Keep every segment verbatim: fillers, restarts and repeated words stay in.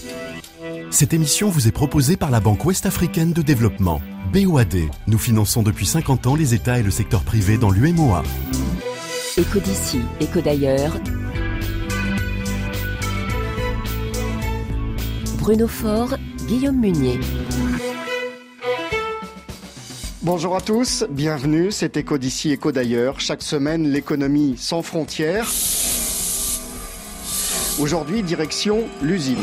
Cette émission vous est proposée par la Banque Ouest-Africaine de Développement. B O A D. Nous finançons depuis cinquante ans les États et le secteur privé dans l'U M O A. Écho d'ici, écho d'ailleurs. Bruno Faure, Guillaume Munier. Bonjour à tous, bienvenue, c'est Écho d'ici, écho d'ailleurs. Chaque semaine, l'économie sans frontières. Aujourd'hui, direction l'usine.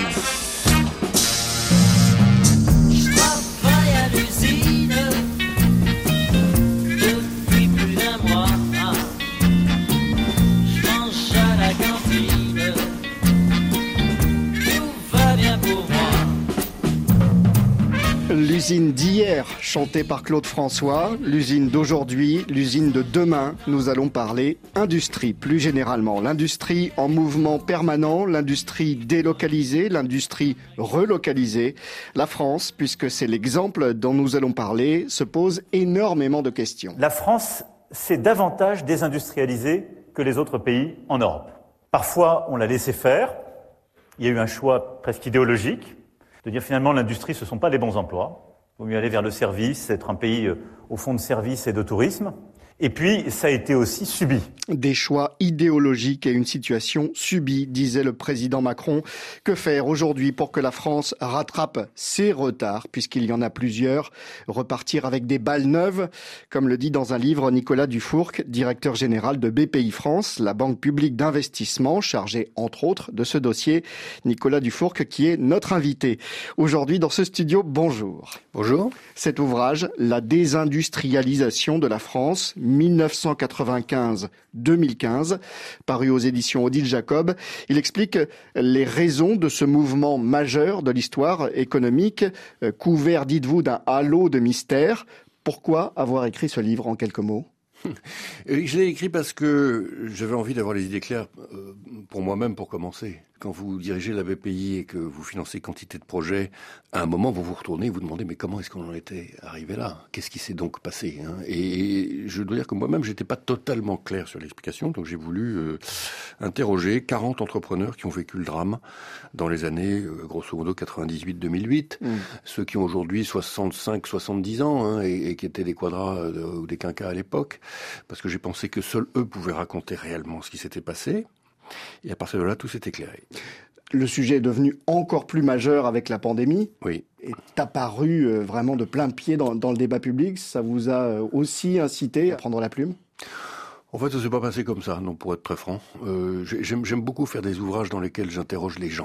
L'usine d'hier, chantée par Claude François, l'usine d'aujourd'hui, l'usine de demain, nous allons parler industrie. Plus généralement, l'industrie en mouvement permanent, l'industrie délocalisée, l'industrie relocalisée. La France, puisque c'est l'exemple dont nous allons parler, se pose énormément de questions. La France s'est davantage désindustrialisée que les autres pays en Europe. Parfois, on l'a laissé faire. Il y a eu un choix presque idéologique de dire finalement l'industrie, ce ne sont pas les bons emplois. Il vaut mieux aller vers le service, être un pays euh, au fond de service et de tourisme. Et puis, ça a été aussi subi. Des choix idéologiques et une situation subie, disait le président Macron. Que faire aujourd'hui pour que la France rattrape ses retards, puisqu'il y en a plusieurs? Repartir avec des balles neuves, comme le dit dans un livre Nicolas Dufourcq, directeur général de B P I France, la banque publique d'investissement, chargée entre autres de ce dossier. Nicolas Dufourcq qui est notre invité. Aujourd'hui dans ce studio, bonjour. Bonjour. Cet ouvrage, La désindustrialisation de la France, mille neuf cent quatre-vingt-quinze deux mille quinze, paru aux éditions Odile Jacob. Il explique les raisons de ce mouvement majeur de l'histoire économique, couvert, dites-vous, d'un halo de mystère. Pourquoi avoir écrit ce livre en quelques mots ? Je l'ai écrit parce que j'avais envie d'avoir les idées claires pour moi-même pour commencer. Quand vous dirigez la B P I et que vous financez quantité de projets, à un moment vous vous retournez et vous demandez mais comment est-ce qu'on en était arrivé là ? Qu'est-ce qui s'est donc passé, hein ? Et je dois dire que moi-même j'étais pas totalement clair sur l'explication, donc j'ai voulu euh, interroger quarante entrepreneurs qui ont vécu le drame dans les années euh, grosso modo quatre-vingt-dix-huit deux mille huit, mmh. Ceux qui ont aujourd'hui soixante-cinq soixante-dix ans hein, et, et qui étaient des quadras euh, ou des quinquas à l'époque, parce que j'ai pensé que seuls eux pouvaient raconter réellement ce qui s'était passé. Et à partir de là, tout s'est éclairé. Le sujet est devenu encore plus majeur avec la pandémie. Oui. Est apparu euh, vraiment de plein pied dans, dans le débat public. Ça vous a aussi incité à prendre la plume ? En fait, ça ne s'est pas passé comme ça, non, pour être très franc. Euh, j'aime, j'aime beaucoup faire des ouvrages dans lesquels j'interroge les gens.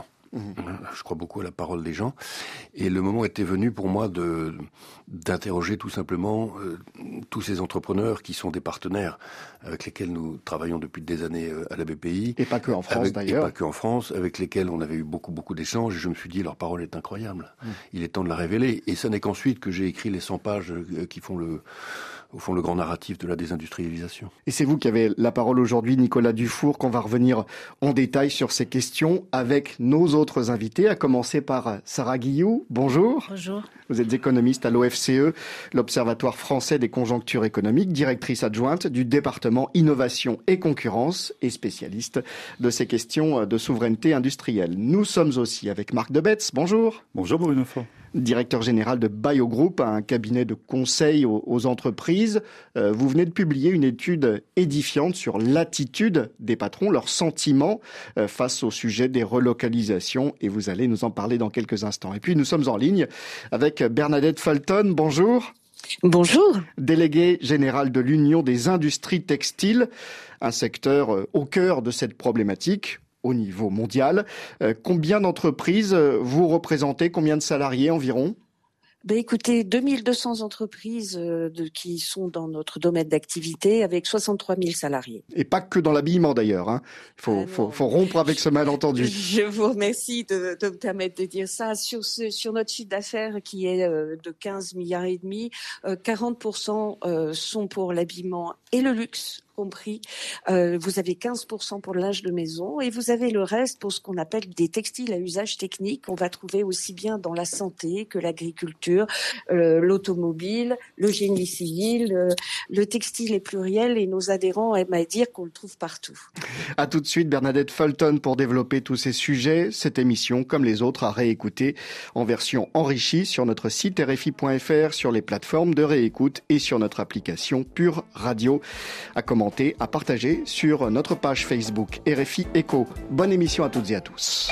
Je crois beaucoup à la parole des gens. Et le moment était venu pour moi de d'interroger tout simplement euh, tous ces entrepreneurs qui sont des partenaires avec lesquels nous travaillons depuis des années euh, à la B P I. Et pas que en France avec, d'ailleurs. Et pas que en France, avec lesquels on avait eu beaucoup beaucoup d'échanges. Et je me suis dit, leur parole est incroyable. Mmh. Il est temps de la révéler. Et ça n'est qu'ensuite que j'ai écrit les cent pages euh, qui font le... au fond, le grand narratif de la désindustrialisation. Et c'est vous qui avez la parole aujourd'hui, Nicolas Dufourcq. On va revenir en détail sur ces questions avec nos autres invités, à commencer par Sarah Guillou. Bonjour. Bonjour. Vous êtes économiste à l'O F C E, l'Observatoire français des conjonctures économiques, directrice adjointe du département Innovation et Concurrence et spécialiste de ces questions de souveraineté industrielle. Nous sommes aussi avec Marc Debetz. Bonjour. Bonjour Bruno Faure. Directeur général de BioGroup, un cabinet de conseil aux, aux entreprises. Euh, vous venez de publier une étude édifiante sur l'attitude des patrons, leurs sentiments euh, face au sujet des relocalisations, et vous allez nous en parler dans quelques instants. Et puis nous sommes en ligne avec Bernadette Falton. Bonjour. Bonjour. Déléguée générale de l'Union des industries textiles, un secteur euh, au cœur de cette problématique au niveau mondial. Euh, combien d'entreprises vous représentez? Combien de salariés environ? Ben écoutez, deux mille deux cents entreprises euh, de, qui sont dans notre domaine d'activité avec soixante-trois mille salariés. Et pas que dans l'habillement d'ailleurs. Hein. Il faut, ah faut, faut rompre avec ce malentendu. Je vous remercie de, de me permettre de dire ça. Sur, ce, sur notre chiffre d'affaires qui est euh, de quinze milliards et demi, euh, quarante pour cent euh, sont pour l'habillement et le luxe. compris. Euh, vous avez quinze pour cent pour le linge de maison et vous avez le reste pour ce qu'on appelle des textiles à usage technique. On va trouver aussi bien dans la santé que l'agriculture, euh, l'automobile, le génie civil. Euh, le textile est pluriel et nos adhérents aiment à dire qu'on le trouve partout. À tout de suite, Bernadette Fulton, pour développer tous ces sujets. Cette émission, comme les autres, à réécouter en version enrichie sur notre site R F I point F R, sur les plateformes de réécoute et sur notre application Pure Radio. À commenter, à partager sur notre page Facebook R F I Éco. Bonne émission à toutes et à tous.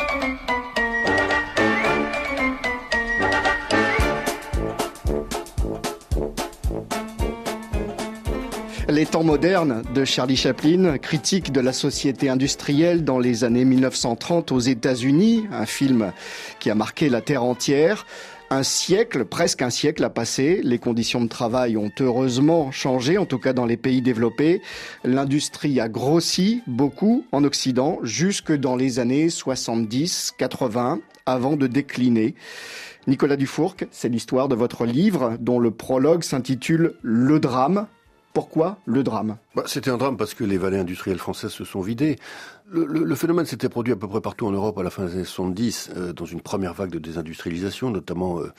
Les temps modernes de Charlie Chaplin, critique de la société industrielle dans les années mille neuf cent trente aux États-Unis, un film qui a marqué la terre entière. Un siècle, presque un siècle a passé. Les conditions de travail ont heureusement changé, en tout cas dans les pays développés. L'industrie a grossi beaucoup en Occident, jusque dans les années soixante-dix quatre-vingts, avant de décliner. Nicolas Dufourcq, c'est l'histoire de votre livre, dont le prologue s'intitule « Le drame ». Pourquoi le drame ? Bah, c'était un drame parce que les vallées industrielles françaises se sont vidées. Le, le, le phénomène s'était produit à peu près partout en Europe à la fin des années soixante-dix, euh, dans une première vague de désindustrialisation, notamment euh,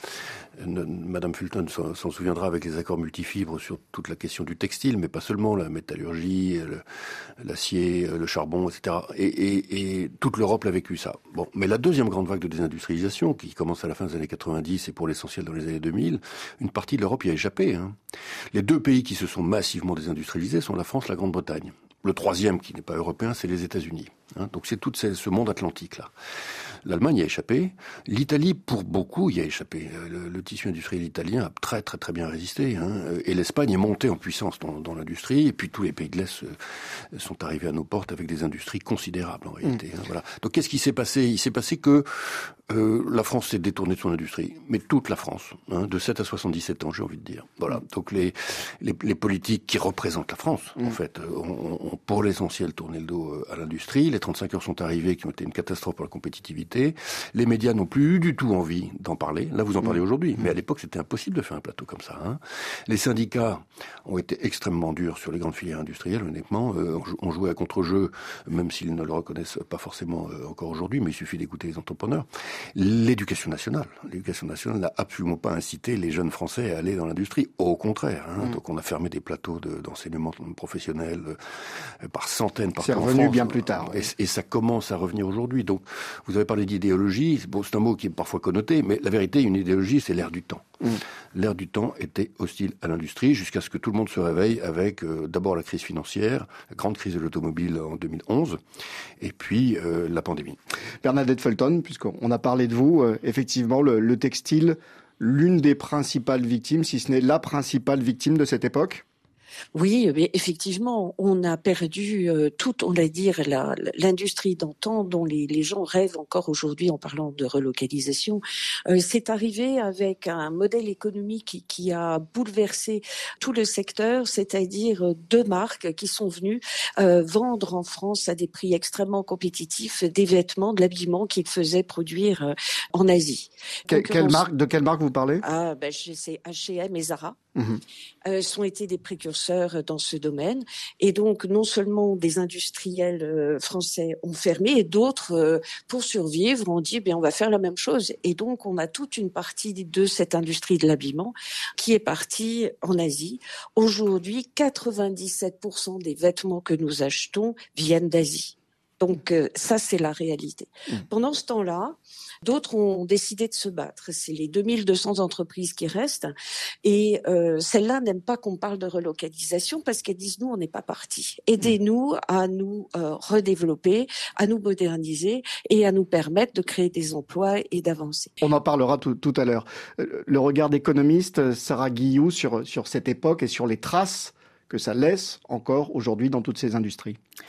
Madame Fulton s'en, s'en souviendra avec les accords multifibres sur toute la question du textile, mais pas seulement, la métallurgie, le, l'acier, le charbon, et cetera. Et, et, et toute l'Europe l'a vécu ça. Bon, mais la deuxième grande vague de désindustrialisation, qui commence à la fin des années quatre-vingt-dix et pour l'essentiel dans les années deux mille, une partie de l'Europe y a échappé. Hein. Les deux pays qui se sont massivement désindustrialisés sont la France et la Grande-Bretagne. Le troisième, qui n'est pas européen, c'est les États-Unis. Hein, donc c'est tout ces, ce monde atlantique-là. L'Allemagne y a échappé. L'Italie, pour beaucoup, y a échappé. Le, le tissu industriel italien a très très très bien résisté. Hein, et l'Espagne est montée en puissance dans, dans l'industrie. Et puis tous les pays de l'Est euh, sont arrivés à nos portes avec des industries considérables en réalité. Mmh. Hein, voilà. Donc qu'est-ce qui s'est passé ? Il s'est passé que euh, la France s'est détournée de son industrie. Mais toute la France, hein, de sept à soixante-dix-sept ans, j'ai envie de dire. Voilà. Donc les, les, les politiques qui représentent la France, mmh. en fait, ont, ont pour l'essentiel tourné le dos à l'industrie. Les trente-cinq heures sont arrivées, qui ont été une catastrophe pour la compétitivité. Les médias n'ont plus du tout envie d'en parler. Là, vous en parlez mmh. aujourd'hui. Mais à l'époque, c'était impossible de faire un plateau comme ça. Hein. Les syndicats ont été extrêmement durs sur les grandes filières industrielles, honnêtement. Euh, on jouait à contre-jeu, même s'ils ne le reconnaissent pas forcément euh, encore aujourd'hui, mais il suffit d'écouter les entrepreneurs. L'éducation nationale. L'éducation nationale n'a absolument pas incité les jeunes Français à aller dans l'industrie. Au contraire. Hein. Mmh. Donc on a fermé des plateaux de, d'enseignement professionnel euh, par centaines, par C'est revenu bien plus tard. Et, et ça commence à revenir aujourd'hui. Donc, vous avez parlé d'idéologie. Bon, c'est un mot qui est parfois connoté, mais la vérité, une idéologie, c'est l'air du temps. Mmh. L'air du temps était hostile à l'industrie jusqu'à ce que tout le monde se réveille avec euh, d'abord la crise financière, la grande crise de l'automobile en deux mille onze, et puis euh, la pandémie. Bernadette Fulton, puisqu'on a parlé de vous, euh, effectivement, le, le textile, l'une des principales victimes, si ce n'est la principale victime de cette époque ? Oui, mais effectivement, on a perdu euh, toute, on va dire, la, l'industrie d'antan dont les, les gens rêvent encore aujourd'hui en parlant de relocalisation. Euh, c'est arrivé avec un modèle économique qui, qui a bouleversé tout le secteur, c'est-à-dire deux marques qui sont venues euh, vendre en France à des prix extrêmement compétitifs des vêtements, de l'habillement qu'ils faisaient produire euh, en Asie. Que, quelle marque, de quelle marque vous parlez ? Ah, ben, c'est H et M et Zara. Mmh. Euh, sont été des précurseurs dans ce domaine. Et donc, non seulement des industriels euh, français ont fermé, et d'autres, euh, pour survivre, ont dit, bien, on va faire la même chose. Et donc, on a toute une partie de cette industrie de l'habillement qui est partie en Asie. Aujourd'hui, quatre-vingt-dix-sept pour cent des vêtements que nous achetons viennent d'Asie. Donc, euh, ça, c'est la réalité. Mmh. Pendant ce temps-là, d'autres ont décidé de se battre. C'est les deux mille deux cents entreprises qui restent. Et euh, celles-là n'aiment pas qu'on parle de relocalisation parce qu'elles disent, nous, on n'est pas partis. Aidez-nous à nous euh, redévelopper, à nous moderniser et à nous permettre de créer des emplois et d'avancer. On en parlera tout, tout à l'heure. Le regard d'économiste, Sarah Guillou, sur, sur cette époque et sur les traces que ça laisse encore aujourd'hui dans toutes ces industries.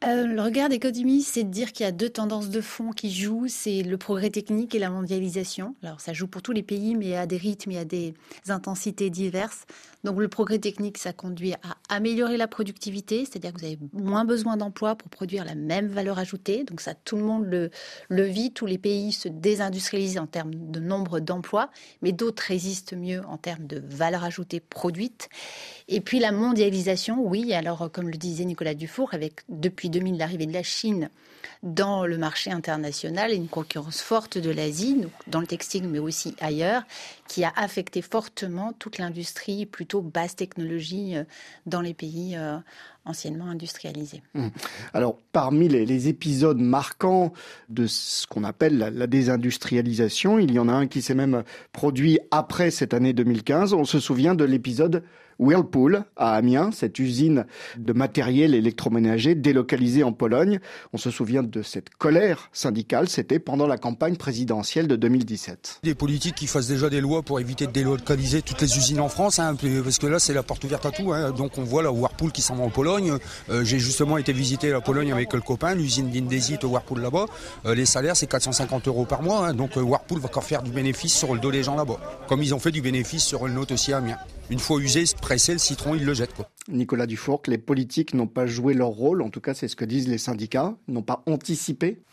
Euh, le regard d'Ecodemy, c'est de dire qu'il y a deux tendances de fond qui jouent, c'est le progrès technique et la mondialisation. Alors ça joue pour tous les pays, mais à des rythmes et à des intensités diverses. Donc le progrès technique, ça conduit à améliorer la productivité, c'est-à-dire que vous avez moins besoin d'emplois pour produire la même valeur ajoutée. Donc ça, tout le monde le, le vit, tous les pays se désindustrialisent en termes de nombre d'emplois, mais d'autres résistent mieux en termes de valeur ajoutée produite. Et puis la mondialisation, oui, alors comme le disait Nicolas Dufour, avec depuis deux mille l'arrivée de la Chine dans le marché international et une concurrence forte de l'Asie, donc dans le textile mais aussi ailleurs, qui a affecté fortement toute l'industrie plutôt basse technologie dans les pays euh, anciennement industrialisés. Mmh. Alors, parmi les, les épisodes marquants de ce qu'on appelle la, la désindustrialisation, il y en a un qui s'est même produit après cette année deux mille quinze. On se souvient de l'épisode Whirlpool à Amiens, cette usine de matériel électroménager délocalisée en Pologne. On se souvient de cette colère syndicale, c'était pendant la campagne présidentielle de deux mille dix-sept. Des politiques qui fassent déjà des lois pour éviter de délocaliser toutes les usines en France, hein, parce que là c'est la porte ouverte à tout. Hein. Donc on voit la Whirlpool qui s'en va en Pologne. Euh, j'ai justement été visiter la Pologne avec le copain, l'usine d'Indesit au Whirlpool là-bas. Euh, les salaires c'est quatre cent cinquante euros par mois, hein. Donc euh, Whirlpool va encore faire du bénéfice sur le dos des gens là-bas, comme ils ont fait du bénéfice sur le nôtre aussi à Amiens. Une fois usé, pressé, le citron, ils le jettent, quoi. Nicolas Dufour, les politiques n'ont pas joué leur rôle, en tout cas c'est ce que disent les syndicats, n'ont pas anticipé.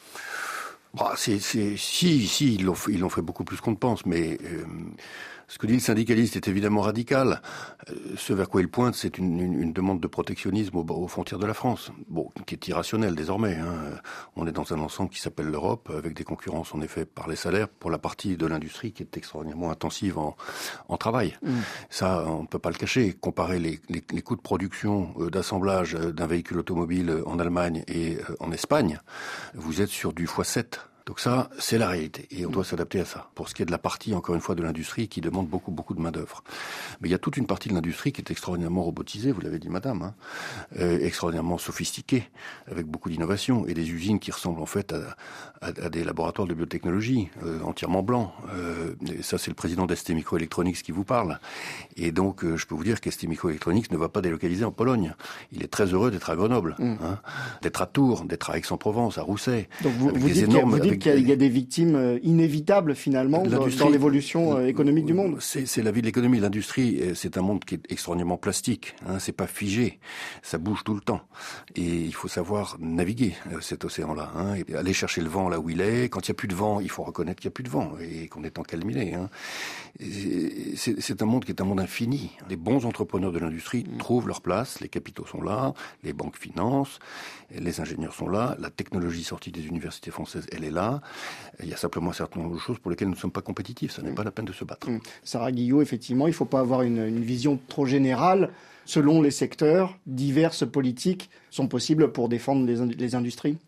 Bah, c'est, c'est, si, si, ils l'ont fait, ils l'ont fait beaucoup plus qu'on ne pense, mais euh, ce que dit le syndicaliste est évidemment radical. Euh, ce vers quoi il pointe, c'est une, une, une demande de protectionnisme aux, aux frontières de la France, bon, qui est irrationnelle désormais. Hein. On est dans un ensemble qui s'appelle l'Europe, avec des concurrences en effet par les salaires pour la partie de l'industrie qui est extraordinairement intensive en, en travail. Mmh. Ça, on ne peut pas le cacher. Comparer les, les, les coûts de production, euh, d'assemblage d'un véhicule automobile en Allemagne et euh, en Espagne, vous êtes sur du fois sept. Donc ça, c'est la réalité. Et on doit s'adapter à ça. Pour ce qui est de la partie, encore une fois, de l'industrie qui demande beaucoup, beaucoup de main-d'œuvre. Mais il y a toute une partie de l'industrie qui est extraordinairement robotisée, vous l'avez dit, madame, hein, euh, extraordinairement sophistiquée, avec beaucoup d'innovation, et des usines qui ressemblent en fait à, à, à des laboratoires de biotechnologie, euh, entièrement blancs. Euh, et ça, c'est le président d'S T Microelectronics qui vous parle. Et donc, euh, je peux vous dire qu'S T Microelectronics ne va pas délocaliser en Pologne. Il est très heureux d'être à Grenoble, mmh. hein, d'être à Tours, d'être à Aix-en-Provence, à Rousset. Donc vous, vous dites énormes, qu'il y a, vous dites qu'il y a des victimes inévitables finalement dans, dans l'évolution économique du monde. C'est, c'est la vie de l'économie. L'industrie, c'est un monde qui est extraordinairement plastique. Hein, c'est pas figé, ça bouge tout le temps. Et il faut savoir naviguer cet océan-là. Hein, et aller chercher le vent là où il est. Quand il n'y a plus de vent, il faut reconnaître qu'il n'y a plus de vent et qu'on est encalminé. Hein. C'est, c'est un monde qui est un monde infini. Les bons entrepreneurs de l'industrie mmh. trouvent leur place. Les capitaux sont là, les banques financent, les ingénieurs sont là, la technologie sortie des universités françaises, elle est là. Il y a simplement un certain nombre de choses pour lesquelles nous ne sommes pas compétitifs. Ça n'est mmh. pas la peine de se battre. Mmh. Sarah Guillot, effectivement, il ne faut pas avoir une, une vision trop générale. Selon les secteurs, diverses politiques sont possibles pour défendre les, les industries.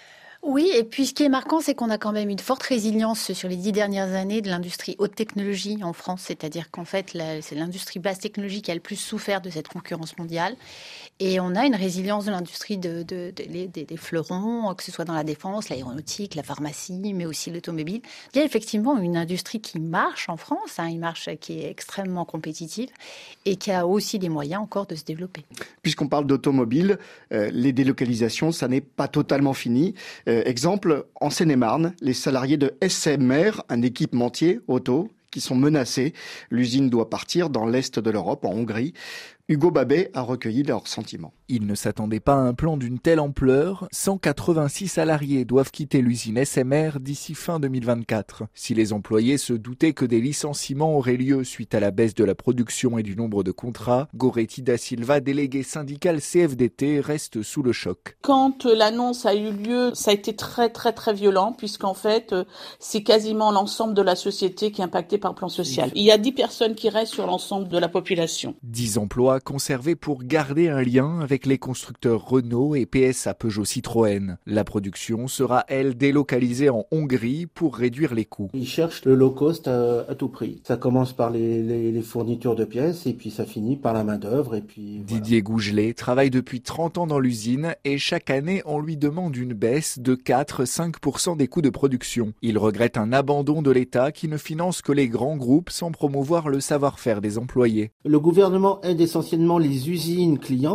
Oui, et puis ce qui est marquant, c'est qu'on a quand même une forte résilience sur les dix dernières années de l'industrie haute technologie en France. C'est-à-dire qu'en fait, la, c'est l'industrie basse technologie qui a le plus souffert de cette concurrence mondiale. Et on a une résilience de l'industrie de, de, de, de, des, des fleurons, que ce soit dans la défense, l'aéronautique, la pharmacie, mais aussi l'automobile. Il y a effectivement une industrie qui marche en France, hein, une marche qui est extrêmement compétitive et qui a aussi les moyens encore de se développer. Puisqu'on parle d'automobile, euh, les délocalisations, ça n'est pas totalement fini. Euh, exemple, en Seine-et-Marne, les salariés de S M R, un équipementier auto, qui sont menacés. L'usine doit partir dans l'est de l'Europe, en Hongrie. Hugo Babet a recueilli leurs sentiments. Il ne s'attendait pas à un plan d'une telle ampleur. cent quatre-vingt-six salariés doivent quitter l'usine S M R d'ici fin deux mille vingt-quatre. Si les employés se doutaient que des licenciements auraient lieu suite à la baisse de la production et du nombre de contrats, Goretti da Silva, délégué syndical C F D T, reste sous le choc. Quand l'annonce a eu lieu, ça a été très très très violent puisqu'en fait, c'est quasiment l'ensemble de la société qui est impactée par le plan social. Il y a dix personnes qui restent sur l'ensemble de la population. dix emplois conservés pour garder un lien avec les constructeurs Renault et P S A Peugeot Citroën. La production sera, elle, délocalisée en Hongrie pour réduire les coûts. Ils cherchent le low cost à, à tout prix. Ça commence par les, les, les fournitures de pièces et puis ça finit par la main-d'œuvre. Et puis, voilà. Didier Gougelet travaille depuis trente ans dans l'usine et chaque année, on lui demande une baisse de quatre à cinq pour cent des coûts de production. Il regrette un abandon de l'État qui ne finance que les grands groupes sans promouvoir le savoir-faire des employés. Le gouvernement aide essentiellement les usines clients.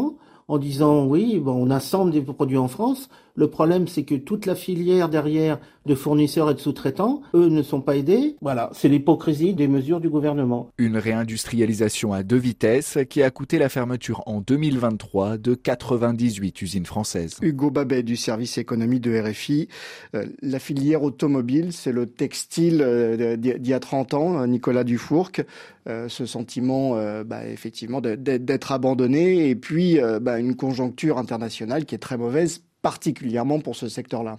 en disant oui, bon, on assemble des produits en France. Le problème, c'est que toute la filière derrière de fournisseurs et de sous-traitants, eux ne sont pas aidés. Voilà, c'est l'hypocrisie des mesures du gouvernement. Une réindustrialisation à deux vitesses qui a coûté la fermeture en deux mille vingt-trois de quatre-vingt-dix-huit usines françaises. Hugo Babet du service économie de R F I. Euh, la filière automobile, c'est le textile euh, d'il y a trente ans, Nicolas Dufourc. Euh, ce sentiment, euh, bah, effectivement, d'être abandonné et puis euh, bah, une conjoncture internationale qui est très mauvaise, particulièrement pour ce secteur-là.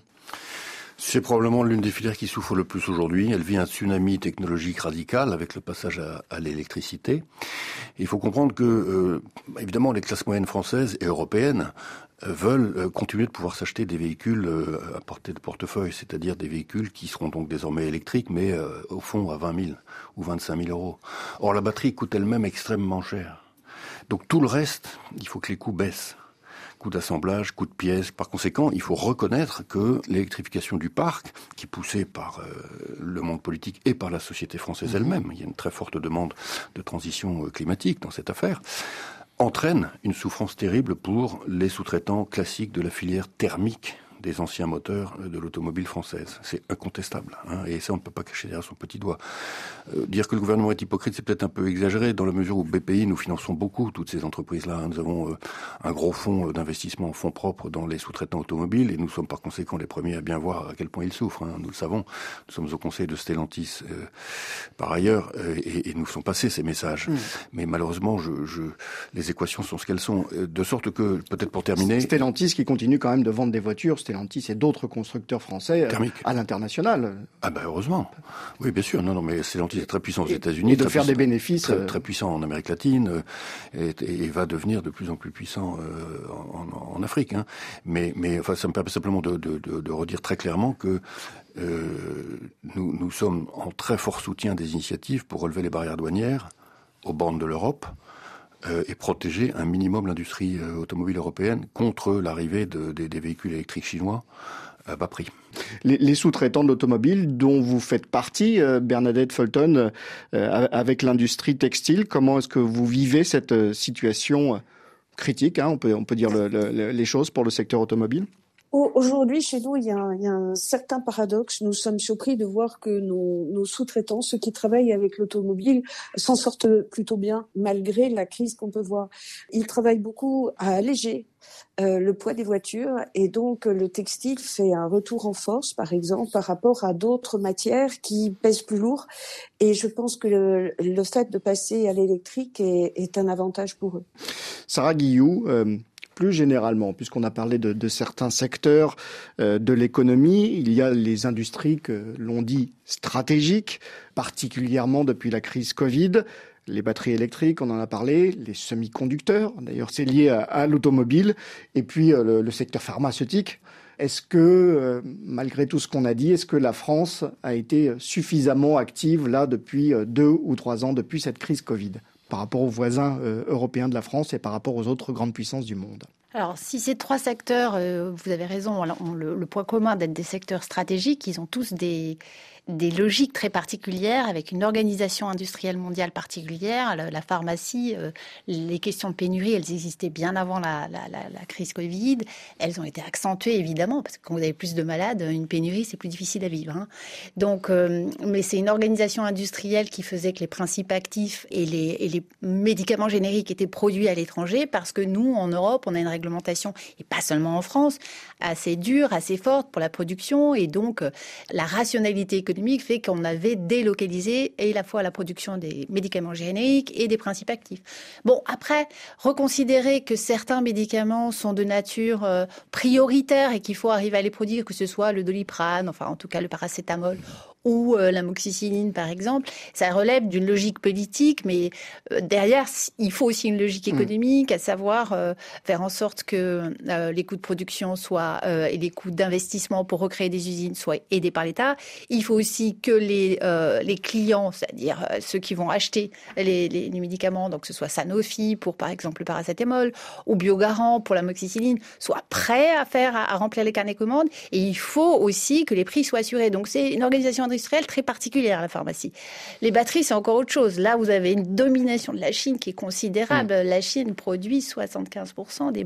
C'est probablement l'une des filières qui souffre le plus aujourd'hui. Elle vit un tsunami technologique radical avec le passage à, à l'électricité. Et il faut comprendre que, euh, évidemment, les classes moyennes françaises et européennes euh, veulent euh, continuer de pouvoir s'acheter des véhicules euh, à portée de portefeuille, c'est-à-dire des véhicules qui seront donc désormais électriques, mais euh, au fond à vingt mille ou vingt-cinq mille euros. Or, la batterie coûte elle-même extrêmement cher. Donc tout le reste, il faut que les coûts baissent. Coût d'assemblage, coût de pièces. Par conséquent, il faut reconnaître que l'électrification du parc, qui est poussée par euh, le monde politique et par la société française mmh. elle-même, il y a une très forte demande de transition climatique dans cette affaire, entraîne une souffrance terrible pour les sous-traitants classiques de la filière thermique des anciens moteurs de l'automobile française. C'est incontestable, hein, et ça on ne peut pas cacher derrière son petit doigt. Euh, dire que le gouvernement est hypocrite, c'est peut-être un peu exagéré, dans la mesure où B P I, nous finançons beaucoup toutes ces entreprises-là. Hein. Nous avons euh, un gros fonds d'investissement en fonds propres dans les sous-traitants automobiles, et nous sommes par conséquent les premiers à bien voir à quel point ils souffrent. Hein. Nous le savons. Nous sommes au conseil de Stellantis euh, par ailleurs, euh, et, et nous faisons passer ces messages. Mmh. Mais malheureusement, je, je, les équations sont ce qu'elles sont. De sorte que, peut-être pour terminer... Stellantis qui continue quand même de vendre des voitures, Stellantis et d'autres constructeurs français Thermique. à l'international. Ah ben heureusement. Oui, bien sûr. Non, non, mais Stellantis est très puissant aux États-Unis. Et de faire des bénéfices. Très, très puissant en Amérique latine et, et va devenir de plus en plus puissant euh, en, en Afrique. Hein. Mais, mais enfin, ça me permet simplement de, de, de, de redire très clairement que euh, nous, nous sommes en très fort soutien des initiatives pour relever les barrières douanières aux bornes de l'Europe. Euh, et protéger un minimum l'industrie euh, automobile européenne contre l'arrivée de, de, des véhicules électriques chinois à bas prix. Les, les sous-traitants de l'automobile dont vous faites partie, euh, Bernadette Fulton, euh, avec l'industrie textile, comment est-ce que vous vivez cette euh, situation critique, hein, on peut, on peut dire le, le, les choses pour le secteur automobile ? Aujourd'hui, chez nous, il y, a un, il y a un certain paradoxe. Nous sommes surpris de voir que nos, nos sous-traitants, ceux qui travaillent avec l'automobile, s'en sortent plutôt bien, malgré la crise qu'on peut voir. Ils travaillent beaucoup à alléger euh, le poids des voitures, et donc le textile fait un retour en force, par exemple, par rapport à d'autres matières qui pèsent plus lourd. Et je pense que le, le fait de passer à l'électrique est, est un avantage pour eux. Sarah Guillou, euh... plus généralement, puisqu'on a parlé de, de certains secteurs euh, de l'économie, il y a les industries que l'on dit stratégiques, particulièrement depuis la crise Covid, les batteries électriques, on en a parlé, les semi-conducteurs, d'ailleurs c'est lié à, à l'automobile, et puis euh, le, le secteur pharmaceutique. Est-ce que, euh, malgré tout ce qu'on a dit, est-ce que la France a été suffisamment active là depuis euh, deux ou trois ans, depuis cette crise Covid ? Par rapport aux voisins euh, européens de la France et par rapport aux autres grandes puissances du monde. Alors, si ces trois secteurs, euh, vous avez raison, ont le, le point commun d'être des secteurs stratégiques, ils ont tous des, des logiques très particulières, avec une organisation industrielle mondiale particulière. La, la pharmacie, euh, les questions de pénurie, elles existaient bien avant la, la, la, la crise Covid. Elles ont été accentuées, évidemment, parce que quand vous avez plus de malades, une pénurie, c'est plus difficile à vivre. Hein. Donc, euh, mais c'est une organisation industrielle qui faisait que les principes actifs et les, et les médicaments génériques étaient produits à l'étranger, parce que nous, en Europe, on a une réglementation, et pas seulement en France, assez dure, assez forte pour la production, et donc la rationalité économique fait qu'on avait délocalisé et à la fois la production des médicaments génériques et des principes actifs. Bon, après, reconsidérer que certains médicaments sont de nature euh, prioritaire et qu'il faut arriver à les produire, que ce soit le Doliprane, enfin en tout cas le paracétamol, ou euh, l'amoxicilline, par exemple, ça relève d'une logique politique, mais euh, derrière, il faut aussi une logique économique, à savoir euh, faire en sorte que euh, les coûts de production soient euh, et les coûts d'investissement pour recréer des usines soient aidés par l'État. Il faut aussi que les euh, les clients, c'est-à-dire euh, ceux qui vont acheter les, les, les médicaments, donc que ce soit Sanofi pour, par exemple, le paracétamol, ou Biogarant pour l'amoxicilline, soient prêts à faire, à, à remplir les carnets commandes. Et il faut aussi que les prix soient assurés. Donc, c'est une organisation industrielle très particulière, la pharmacie. Les batteries, c'est encore autre chose. Là, vous avez une domination de la Chine qui est considérable. Mmh. La Chine produit soixante-quinze pour cent des batteries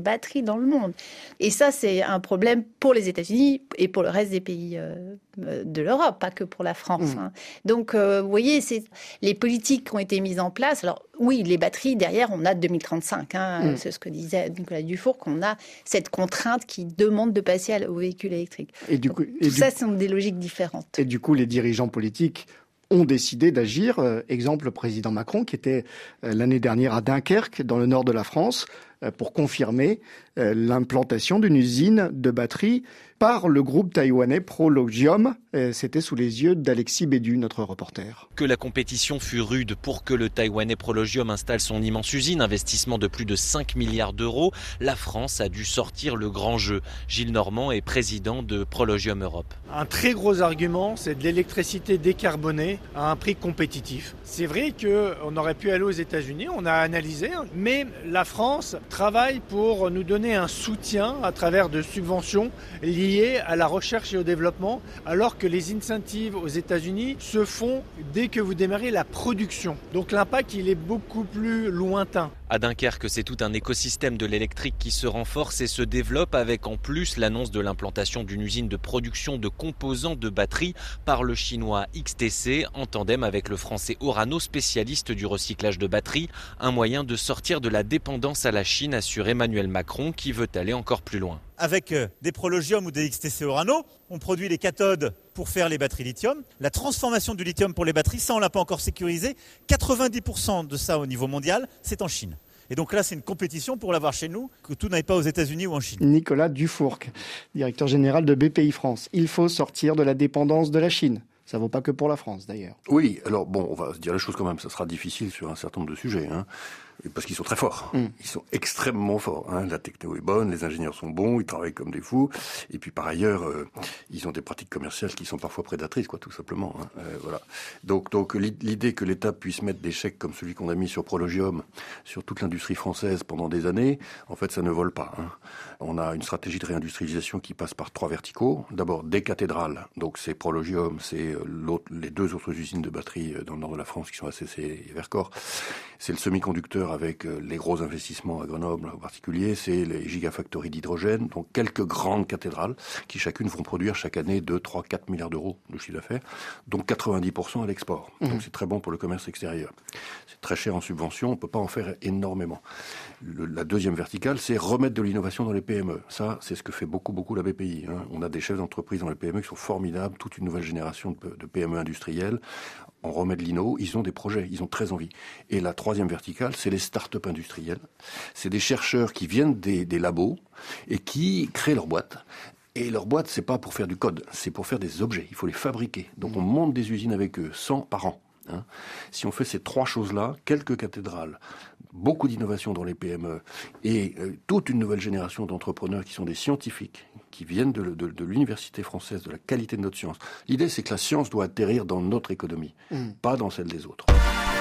batteries dans le monde. Et ça, c'est un problème pour les États-Unis et pour le reste des pays euh, de l'Europe, pas que pour la France. Mmh. Hein. Donc, euh, vous voyez, c'est les politiques qui ont été mises en place. Alors, oui, les batteries, derrière, on a deux mille trente-cinq. Hein, mmh. C'est ce que disait Nicolas Dufour, qu'on a cette contrainte qui demande de passer aux véhicules électriques. Et du coup, et tout du... ça, ce sont des logiques différentes. Et du coup, les dirigeants politiques ont décidé d'agir. Euh, exemple, le président Macron, qui était euh, l'année dernière à Dunkerque, dans le nord de la France, euh, pour confirmer euh, l'implantation d'une usine de batteries par le groupe taïwanais Prologium. Euh, c'était sous les yeux d'Alexis Bédu, notre reporter. Que la compétition fut rude pour que le taïwanais Prologium installe son immense usine, investissement de plus de cinq milliards d'euros, la France a dû sortir le grand jeu. Gilles Normand est président de Prologium Europe. Un très gros argument, c'est de l'électricité décarbonée à un prix compétitif. C'est vrai qu'on aurait pu aller aux États-Unis, on a analysé, mais la France travaille pour nous donner un soutien à travers de subventions liées à la recherche et au développement, alors que les incentives aux États-Unis se font dès que vous démarrez la production. Donc l'impact, il est beaucoup plus lointain. À Dunkerque, c'est tout un écosystème de l'électrique qui se renforce et se développe avec en plus l'annonce de l'implantation d'une usine de production de composants de batteries par le chinois X T C en tandem avec le français Orano, spécialiste du recyclage de batteries. Un moyen de sortir de la dépendance à la Chine, assure Emmanuel Macron, qui veut aller encore plus loin. Avec des Prologium ou des X T C Orano, on produit les cathodes pour faire les batteries lithium. La transformation du lithium pour les batteries, ça on ne l'a pas encore sécurisé. quatre-vingt-dix pour cent de ça au niveau mondial, c'est en Chine. Et donc là, c'est une compétition pour l'avoir chez nous, que tout n'aille pas aux États-Unis ou en Chine. Nicolas Dufour, directeur général de B P I France. Il faut sortir de la dépendance de la Chine. Ça ne vaut pas que pour la France, d'ailleurs. Oui, alors bon, on va se dire les choses quand même. Ça sera difficile sur un certain nombre de sujets, hein, parce qu'ils sont très forts. Mm. Ils sont extrêmement forts. Hein. La techno est bonne, les ingénieurs sont bons, ils travaillent comme des fous. Et puis par ailleurs, euh, ils ont des pratiques commerciales qui sont parfois prédatrices, quoi, tout simplement. Hein. Euh, voilà. Donc, donc l'idée que l'État puisse mettre des chèques comme celui qu'on a mis sur Prologium, sur toute l'industrie française pendant des années, en fait, ça ne vole pas. Hein. On a une stratégie de réindustrialisation qui passe par trois verticaux. D'abord, des cathédrales. Donc c'est Prologium, c'est l'autre, les deux autres usines de batteries dans le nord de la France qui sont A C C et Vercors. C'est le semi-conducteur avec les gros investissements à Grenoble en particulier. C'est les gigafactories d'hydrogène. Donc quelques grandes cathédrales qui chacune vont produire chaque année deux, trois, quatre milliards d'euros de chiffre d'affaires. Donc quatre-vingt-dix pour cent à l'export. Mmh. Donc c'est très bon pour le commerce extérieur. C'est très cher en subvention. On ne peut pas en faire énormément. Le, la deuxième verticale, c'est remettre de l'innovation dans les P M E. Ça, c'est ce que fait beaucoup, beaucoup la B P I. Hein. On a des chefs d'entreprise dans les P M E qui sont formidables, toute une nouvelle génération de, de P M E industrielles. On remet de l'inno, ils ont des projets, ils ont très envie. Et la troisième verticale, c'est les start-up industrielles. C'est des chercheurs qui viennent des, des labos et qui créent leur boîte. Et leur boîte, c'est pas pour faire du code, c'est pour faire des objets. Il faut les fabriquer. Donc on monte des usines avec eux, cent par an. Hein. Si on fait ces trois choses-là, quelques cathédrales, beaucoup d'innovation dans les P M E et euh, toute une nouvelle génération d'entrepreneurs qui sont des scientifiques, qui viennent de, de, de l'université française, de la qualité de notre science. L'idée, c'est que la science doit atterrir dans notre économie, mmh. pas dans celle des autres.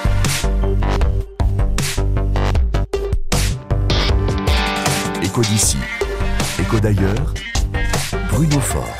Éco d'ici, éco d'ailleurs, Bruno Faure.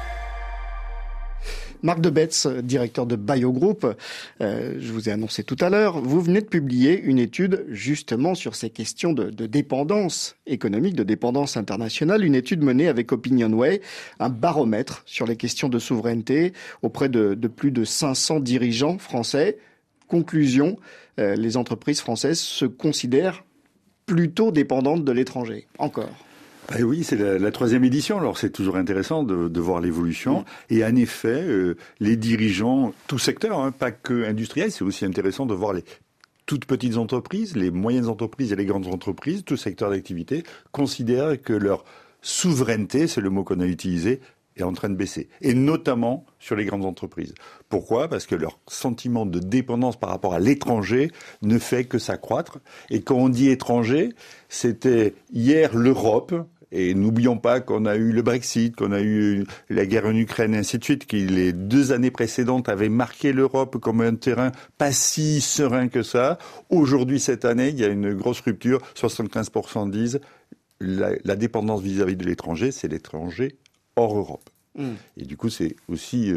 Marc Debetz, directeur de Biogroup, euh, je vous ai annoncé tout à l'heure, vous venez de publier une étude justement sur ces questions de, de dépendance économique, de dépendance internationale, une étude menée avec Opinionway, un baromètre sur les questions de souveraineté auprès de, de plus de cinq cents dirigeants français. Conclusion, euh, les entreprises françaises se considèrent plutôt dépendantes de l'étranger. Encore. Ben oui, c'est la, la troisième édition, alors c'est toujours intéressant de, de voir l'évolution. Mmh. Et en effet, euh, les dirigeants, tout secteur, hein, pas que industriel, c'est aussi intéressant de voir les toutes petites entreprises, les moyennes entreprises et les grandes entreprises, tout secteur d'activité, considèrent que leur souveraineté, c'est le mot qu'on a utilisé, est en train de baisser. Et notamment sur les grandes entreprises. Pourquoi ? Parce que leur sentiment de dépendance par rapport à l'étranger ne fait que s'accroître. Et quand on dit étranger, c'était hier l'Europe. Et n'oublions pas qu'on a eu le Brexit, qu'on a eu la guerre en Ukraine, et ainsi de suite, qui les deux années précédentes avaient marqué l'Europe comme un terrain pas si serein que ça. Aujourd'hui, cette année, il y a une grosse rupture. soixante-quinze pour cent disent la, la dépendance vis-à-vis de l'étranger, c'est l'étranger hors Europe. Mmh. Et du coup, c'est aussi euh,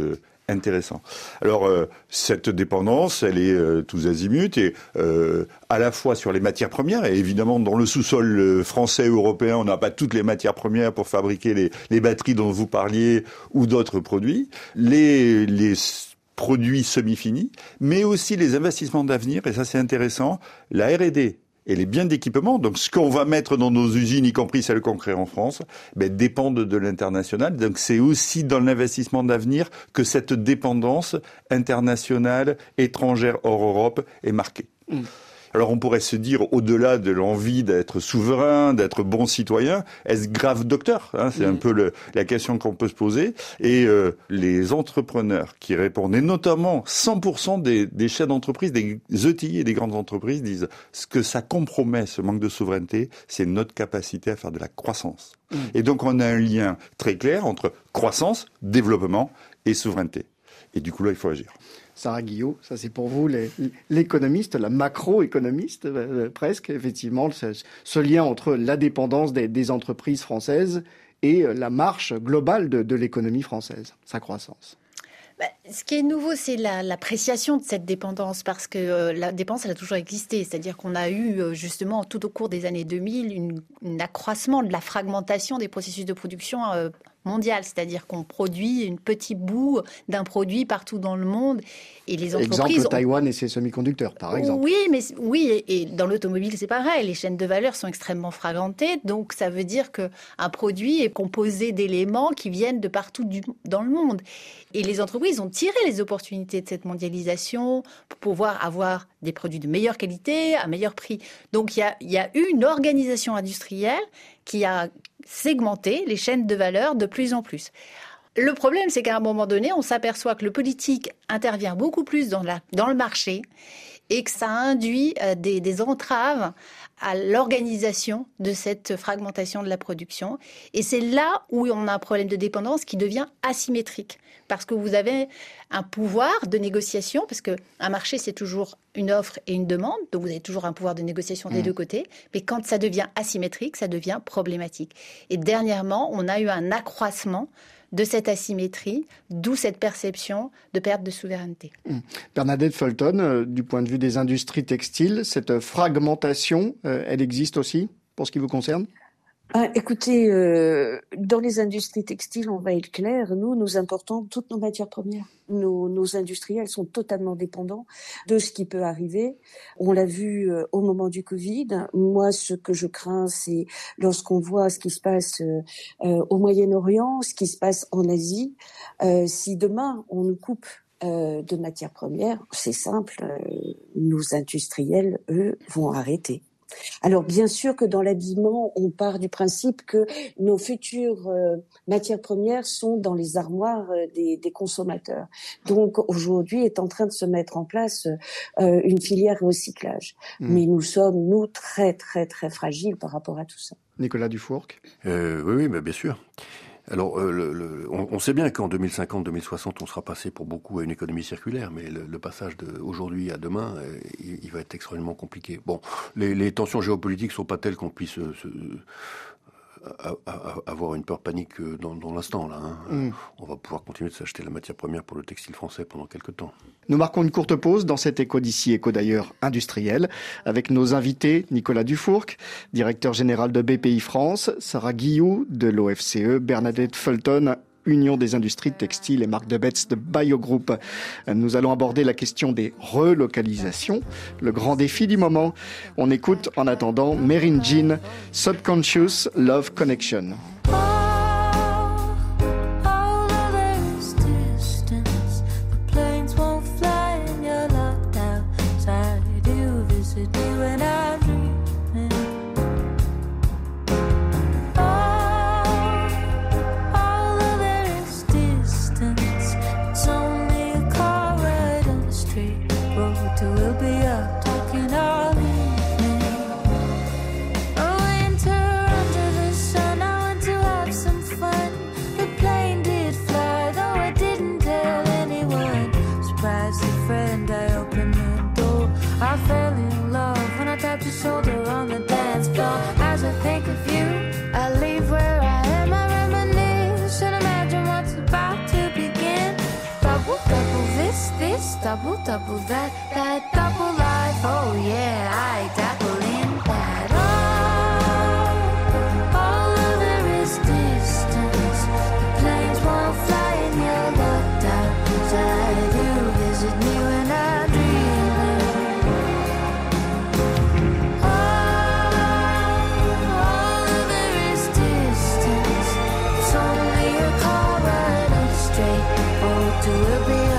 intéressant. Alors, euh, cette dépendance, elle est euh, tous azimuts, et euh, à la fois sur les matières premières, et évidemment, dans le sous-sol français et européen, on n'a pas toutes les matières premières pour fabriquer les, les batteries dont vous parliez, ou d'autres produits. Les... les produits semi-finis, mais aussi les investissements d'avenir, et ça c'est intéressant, la R et D et les biens d'équipement, donc ce qu'on va mettre dans nos usines, y compris celles qu'on crée en France, ben, dépendent de l'international. Donc c'est aussi dans l'investissement d'avenir que cette dépendance internationale, étrangère hors Europe est marquée. Mmh. Alors on pourrait se dire, au-delà de l'envie d'être souverain, d'être bon citoyen, est-ce grave docteur, hein, c'est mmh. un peu le, la question qu'on peut se poser. Et euh, les entrepreneurs qui répondent, et notamment cent pour cent des, des chefs d'entreprise, des E T I et des grandes entreprises disent, ce que ça compromet, ce manque de souveraineté, c'est notre capacité à faire de la croissance. Mmh. Et donc on a un lien très clair entre croissance, développement et souveraineté. Et du coup là, il faut agir. Sarah Guillot, ça c'est pour vous les, l'économiste, la macroéconomiste euh, presque, effectivement, ce, ce lien entre la dépendance des, des entreprises françaises et la marche globale de, de l'économie française, sa croissance. Bah, ce qui est nouveau, c'est la, l'appréciation de cette dépendance, parce que euh, la dépendance, elle a toujours existé. C'est-à-dire qu'on a eu, euh, justement, tout au cours des années deux mille, une, un accroissement de la fragmentation des processus de production euh, mondiale. C'est-à-dire qu'on produit une petite bout d'un produit partout dans le monde. Et les entreprises... Exemple, Taïwan et ses semi-conducteurs, par exemple. Oui, mais, oui et, et dans l'automobile, c'est pareil. Les chaînes de valeur sont extrêmement fragmentées. Donc, ça veut dire qu'un produit est composé d'éléments qui viennent de partout du, dans le monde. Et les entreprises ont tiré les opportunités de cette mondialisation pour pouvoir avoir des produits de meilleure qualité, à meilleur prix. Donc, il y a, il y a eu une organisation industrielle qui a segmenté les chaînes de valeur de plus en plus. Le problème, c'est qu'à un moment donné, on s'aperçoit que le politique intervient beaucoup plus dans, la, dans le marché et que ça induit euh, des, des entraves à l'organisation de cette fragmentation de la production. Et c'est là où on a un problème de dépendance qui devient asymétrique. Parce que vous avez un pouvoir de négociation, parce qu'un marché, c'est toujours une offre et une demande, donc vous avez toujours un pouvoir de négociation des mmh. deux côtés. Mais quand ça devient asymétrique, ça devient problématique. Et dernièrement, on a eu un accroissement de cette asymétrie, d'où cette perception de perte de souveraineté. Mmh. Bernadette Fulton, euh, du point de vue des industries textiles, cette fragmentation, euh, elle existe aussi pour ce qui vous concerne ? Ah, écoutez, euh, dans les industries textiles, on va être clair, nous, nous importons toutes nos matières premières. Nos, nos industriels sont totalement dépendants de ce qui peut arriver. On l'a vu euh, au moment du Covid. Moi, ce que je crains, c'est lorsqu'on voit ce qui se passe euh, euh, au Moyen-Orient, ce qui se passe en Asie. Euh, si demain, on nous coupe euh, de matières premières, c'est simple, euh, nos industriels, eux, vont arrêter. Alors bien sûr que dans l'habillement, on part du principe que nos futures euh, matières premières sont dans les armoires euh, des, des consommateurs. Donc aujourd'hui est en train de se mettre en place euh, une filière recyclage. Mmh. Mais nous sommes, nous, très très très fragiles par rapport à tout ça. Nicolas Dufourcq. euh, Oui, oui, mais bien sûr. Alors, euh, le, le, on, on sait bien qu'en deux mille cinquante, deux mille soixante, on sera passé pour beaucoup à une économie circulaire, mais le, le passage d'aujourd'hui à demain, euh, il, il va être extrêmement compliqué. Bon, les, les tensions géopolitiques sont pas telles qu'on puisse se, se, à, à, avoir une peur panique dans, dans l'instant. Là, hein. mm. On va pouvoir continuer de s'acheter la matière première pour le textile français pendant quelques temps. Nous marquons une courte pause dans cet écho d'ici, écho d'ailleurs industriel, avec nos invités Nicolas Dufourcq, directeur général de B P I France, Sarah Guillou de l'O F C E, Bernadette Fulton, Union des industries textiles et Marc Debetz de Biogroup. Nous allons aborder la question des relocalisations, le grand défi du moment. On écoute en attendant Merin Jean, Subconscious Love Connection. this, double, double that, that double life. Oh yeah, I dabble in that. Oh, all of there is distance. The planes won't fly and you're locked outside. You visit me when I dream. Oh, all of there is distance. It's only a car ride up straight. Oh, to a big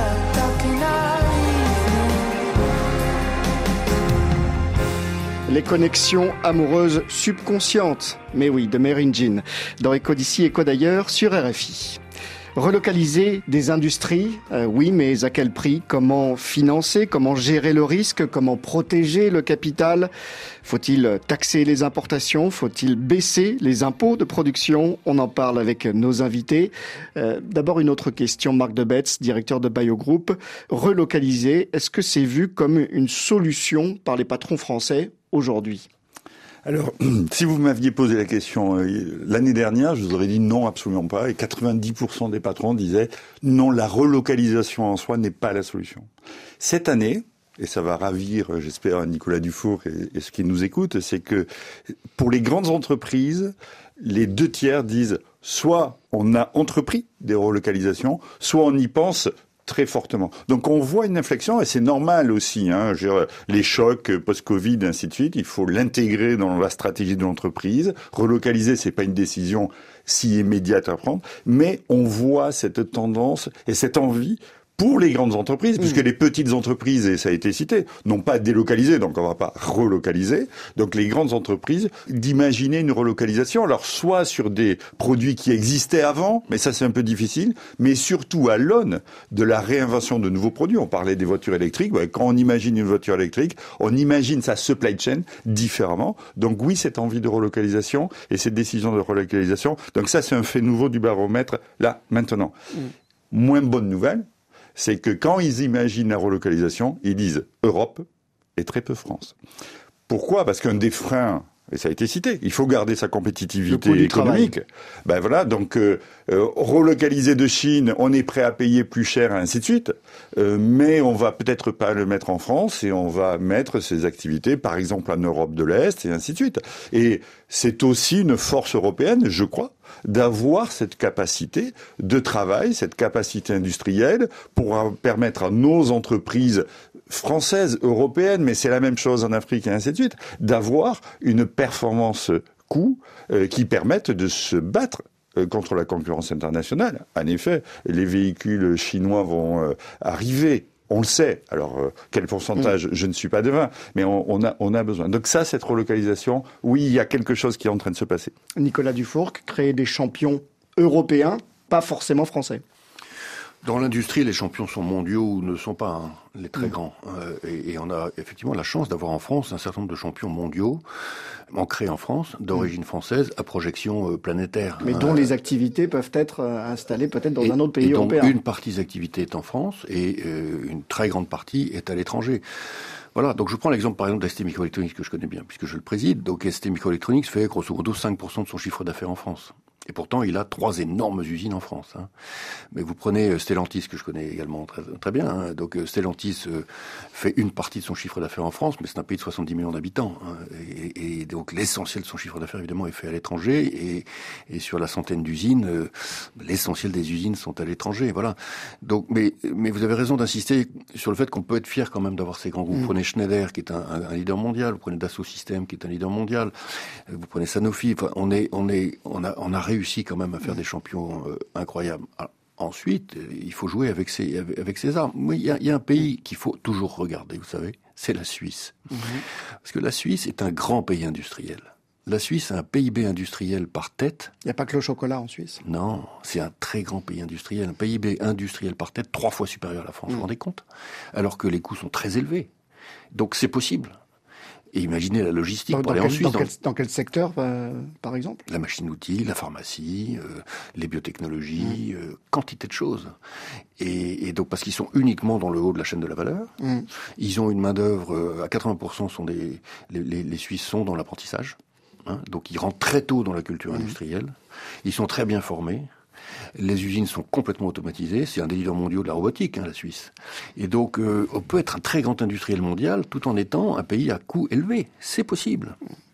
Les connexions amoureuses subconscientes. Mais oui, de Mary Jean. Dans Éco d'ici, Éco d'ailleurs, sur R F I. Relocaliser des industries, euh, oui, mais à quel prix? Comment financer? Comment gérer le risque? Comment protéger le capital? Faut-il taxer les importations? Faut-il baisser les impôts de production? On en parle avec nos invités. Euh, d'abord, une autre question. Marc Debetz, directeur de Biogroup. Relocaliser, est-ce que c'est vu comme une solution par les patrons français aujourd'hui? Alors, si vous m'aviez posé la question euh, l'année dernière, je vous aurais dit non, absolument pas. Et quatre-vingt-dix pour cent des patrons disaient non, la relocalisation en soi n'est pas la solution. Cette année, et ça va ravir, j'espère, Nicolas Dufour et, et ceux qui nous écoutent, c'est que pour les grandes entreprises, les deux tiers disent soit on a entrepris des relocalisations, soit on y pense très fortement. Donc on voit une inflexion et c'est normal aussi. Hein, je veux dire, les chocs post-Covid, ainsi de suite, il faut l'intégrer dans la stratégie de l'entreprise. Relocaliser, c'est pas une décision si immédiate à prendre, mais on voit cette tendance et cette envie pour les grandes entreprises, mmh. puisque les petites entreprises, et ça a été cité, n'ont pas délocalisé, donc on va pas relocaliser. Donc les grandes entreprises, d'imaginer une relocalisation, alors soit sur des produits qui existaient avant, mais ça c'est un peu difficile, mais surtout à l'aune de la réinvention de nouveaux produits. On parlait des voitures électriques, ouais, quand on imagine une voiture électrique, on imagine sa supply chain différemment. Donc oui, cette envie de relocalisation et cette décision de relocalisation, donc ça c'est un fait nouveau du baromètre, là, maintenant. Mmh. Moins bonne nouvelle, c'est que quand ils imaginent la relocalisation, ils disent Europe et très peu France. Pourquoi? Parce qu'un des freins, et ça a été cité, il faut garder sa compétitivité économique. Ben voilà, donc euh, euh, relocaliser de Chine, on est prêt à payer plus cher, et ainsi de suite. Euh, mais on va peut-être pas le mettre en France et on va mettre ces activités, par exemple, en Europe de l'Est, et ainsi de suite. Et c'est aussi une force européenne, je crois, d'avoir cette capacité de travail, cette capacité industrielle pour permettre à nos entreprises françaises, européennes, mais c'est la même chose en Afrique et ainsi de suite, d'avoir une performance coût euh, qui permette de se battre euh, contre la concurrence internationale. En effet, les véhicules chinois vont euh, arriver. On le sait. Alors, euh, quel pourcentage, mmh. je ne suis pas devin, mais on, on, a, on a besoin. Donc ça, cette relocalisation, oui, il y a quelque chose qui est en train de se passer. Nicolas Dufour, créer des champions européens, pas forcément français. Dans l'industrie, les champions sont mondiaux ou ne sont pas hein, les très mmh. grands. Euh, et, et on a effectivement la chance d'avoir en France un certain nombre de champions mondiaux, ancrés en France, d'origine mmh. française, à projection euh, planétaire. Mais dont euh, les activités peuvent être euh, installées peut-être dans et, un autre pays et donc européen. Une partie des activités est en France et euh, une très grande partie est à l'étranger. Voilà, donc je prends l'exemple par exemple d'A S T Microelectronics que je connais bien, puisque je le préside. Donc A S T Microelectronics fait grosso modo cinq pour cent de son chiffre d'affaires en France. Et pourtant, il a trois énormes usines en France. Hein. Mais vous prenez Stellantis, que je connais également très, très bien. Hein. Donc Stellantis euh, fait une partie de son chiffre d'affaires en France, mais c'est un pays de soixante-dix millions d'habitants. Hein. Et, et donc l'essentiel de son chiffre d'affaires, évidemment, est fait à l'étranger. Et, et sur la centaine d'usines, euh, l'essentiel des usines sont à l'étranger. Voilà. Donc, mais, mais vous avez raison d'insister sur le fait qu'on peut être fier quand même d'avoir ces grands groupes. Mmh. Vous prenez Schneider, qui est un, un, un leader mondial. Vous prenez Dassault Systèmes, qui est un leader mondial. Vous prenez Sanofi. Enfin, on est, on est, on a, on a réussi quand même à faire des champions euh, incroyables. Alors, ensuite, il faut jouer avec ses, avec ses armes. Il y, a, il y a un pays qu'il faut toujours regarder, vous savez, c'est la Suisse. Mmh. Parce que la Suisse est un grand pays industriel. La Suisse a un P I B industriel par tête. Il n'y a pas que le chocolat en Suisse. Non, c'est un très grand pays industriel. Un P I B industriel par tête trois fois supérieur à la France, mmh. vous vous rendez compte? Alors que les coûts sont très élevés. Donc c'est possible. Et imaginez la logistique dans, pour dans aller quel, en Suisse. Dans, dans, quel, dans quel secteur, euh, par exemple? La machine-outil, la pharmacie, euh, les biotechnologies, mmh. euh, quantité de choses. Et, et donc, parce qu'ils sont uniquement dans le haut de la chaîne de la valeur, mmh. ils ont une main-d'œuvre, euh, à quatre-vingts pour cent sont des, les, les, les Suisses sont dans l'apprentissage. Hein, donc, ils rentrent très tôt dans la culture mmh. industrielle. Ils sont très bien formés. Les usines sont complètement automatisées. C'est un des leaders mondiaux de la robotique, hein, la Suisse. Et donc, euh, on peut être un très grand industriel mondial tout en étant un pays à coût élevé. C'est possible.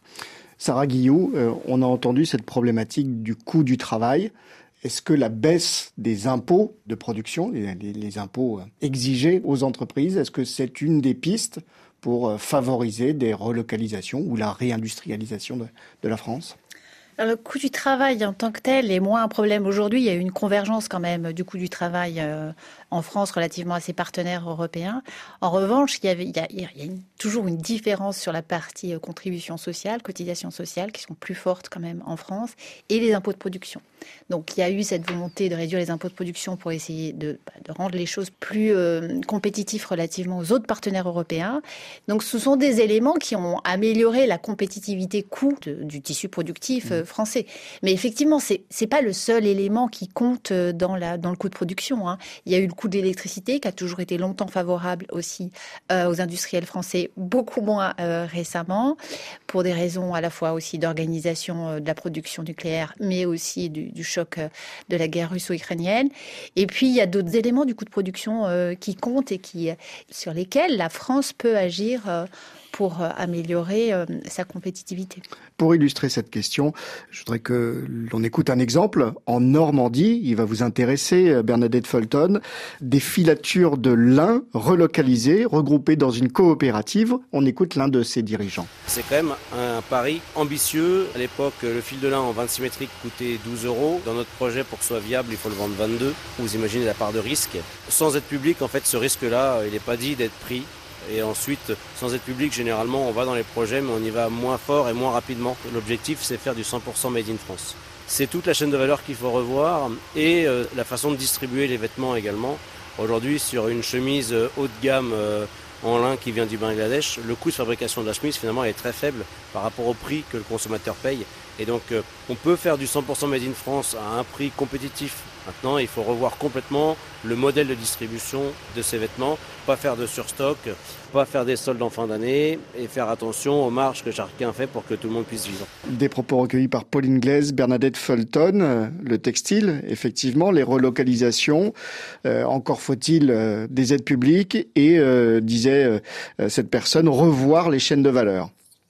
Sarah Guillou, euh, on a entendu cette problématique du coût du travail. Est-ce que la baisse des impôts de production, les, les, les impôts exigés aux entreprises, est-ce que c'est une des pistes pour favoriser des relocalisations ou la réindustrialisation de, de la France ? Alors, le coût du travail en tant que tel est moins un problème aujourd'hui. Il y a eu une convergence quand même du coût du travail euh, en France relativement à ses partenaires européens. En revanche, il y, avait, il y a, il y a une, toujours une différence sur la partie euh, contribution sociale, cotisation sociale, qui sont plus fortes quand même en France, et les impôts de production. Donc il y a eu cette volonté de réduire les impôts de production pour essayer de, de rendre les choses plus euh, compétitives relativement aux autres partenaires européens. Donc ce sont des éléments qui ont amélioré la compétitivité coût de, du tissu productif euh, français. Mais effectivement, c'est c'est pas le seul élément qui compte dans la dans le coût de production, hein. Il y a eu le coût de l'électricité qui a toujours été longtemps favorable aussi euh, aux industriels français, beaucoup moins euh, récemment, pour des raisons à la fois aussi d'organisation euh, de la production nucléaire, mais aussi du, du choc euh, de la guerre russo-ukrainienne. Et puis il y a d'autres éléments du coût de production euh, qui comptent et qui sur lesquels la France peut agir euh, pour améliorer euh, sa compétitivité. Pour illustrer cette question, je voudrais que l'on écoute un exemple. En Normandie, il va vous intéresser, Bernadette Fulton, des filatures de lin relocalisées, regroupées dans une coopérative. On écoute l'un de ses dirigeants. C'est quand même un pari ambitieux. À l'époque, le fil de lin en vingt-six métriques coûtait douze euros. Dans notre projet, pour que ce soit viable, il faut le vendre vingt-deux. Vous imaginez la part de risque. Sans aide publique, en fait, ce risque-là, il n'est pas dit d'être pris. Et ensuite, sans aide publique, généralement, on va dans les projets, mais on y va moins fort et moins rapidement. L'objectif, c'est faire du cent pour cent made in France. C'est toute la chaîne de valeur qu'il faut revoir et euh, la façon de distribuer les vêtements également. Aujourd'hui, sur une chemise haut de gamme euh, en lin qui vient du Bangladesh, le coût de fabrication de la chemise, finalement, est très faible par rapport au prix que le consommateur paye. Et donc, euh, on peut faire du cent pour cent made in France à un prix compétitif. Maintenant, il faut revoir complètement le modèle de distribution de ces vêtements, pas faire de surstock, pas faire des soldes en fin d'année et faire attention aux marges que chacun fait pour que tout le monde puisse vivre. Des propos recueillis par Pauline Glaise, Bernadette Fulton, le textile, effectivement, les relocalisations, euh, encore faut-il euh, des aides publiques et, euh, disait euh, cette personne, revoir les chaînes de valeur.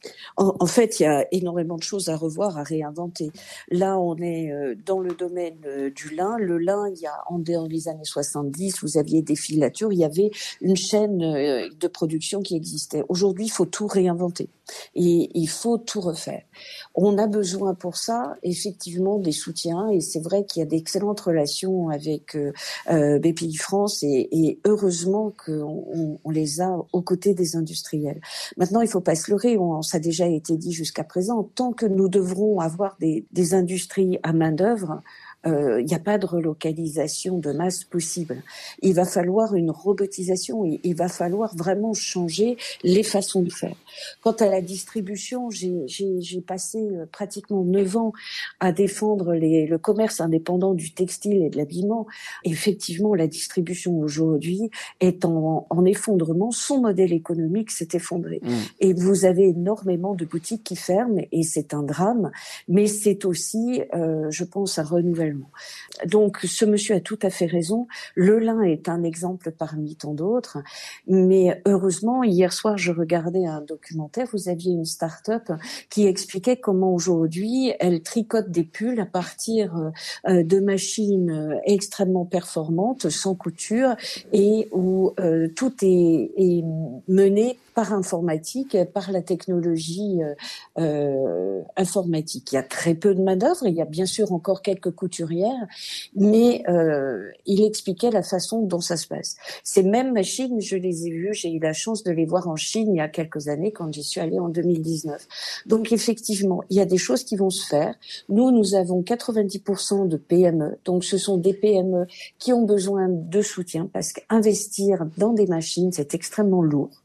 En fait, il y a énormément de choses à revoir, à réinventer. Là, on est dans le domaine du lin. Le lin, il y a en dans les années soixante-dix, vous aviez des filatures, il y avait une chaîne de production qui existait. Aujourd'hui, il faut tout réinventer et il faut tout refaire. On a besoin pour ça, effectivement, des soutiens et c'est vrai qu'il y a d'excellentes relations avec euh, B P I France et, et heureusement qu'on on les a aux côtés des industriels. Maintenant, il faut pas se leurrer, on, ça a déjà été dit jusqu'à présent, tant que nous devrons avoir des, des industries à main-d'œuvre, il euh, n'y a pas de relocalisation de masse possible. Il va falloir une robotisation, il, il va falloir vraiment changer les façons de faire. Quant à la distribution, j'ai, j'ai, j'ai passé pratiquement neuf ans à défendre les, le commerce indépendant du textile et de l'habillement. Effectivement, la distribution aujourd'hui est en, en effondrement. Son modèle économique s'est effondré. Mmh. Et vous avez énormément de boutiques qui ferment et c'est un drame, mais c'est aussi, euh, je pense, un renouvellement. Donc, ce monsieur a tout à fait raison. Le lin est un exemple parmi tant d'autres. Mais heureusement, hier soir, je regardais un documentaire. Vous aviez une start-up qui expliquait comment aujourd'hui, elle tricote des pulls à partir de machines extrêmement performantes, sans couture, et où euh, tout est, est mené par informatique, par la technologie euh, informatique. Il y a très peu de main-d'œuvre, il y a bien sûr encore quelques couturières, mais euh, il expliquait la façon dont ça se passe. Ces mêmes machines, je les ai vues, j'ai eu la chance de les voir en Chine il y a quelques années quand j'y suis allée en deux mille dix-neuf. Donc effectivement, il y a des choses qui vont se faire. Nous, nous avons quatre-vingt-dix pour cent de P M E, donc ce sont des P M E qui ont besoin de soutien parce qu'investir dans des machines, c'est extrêmement lourd.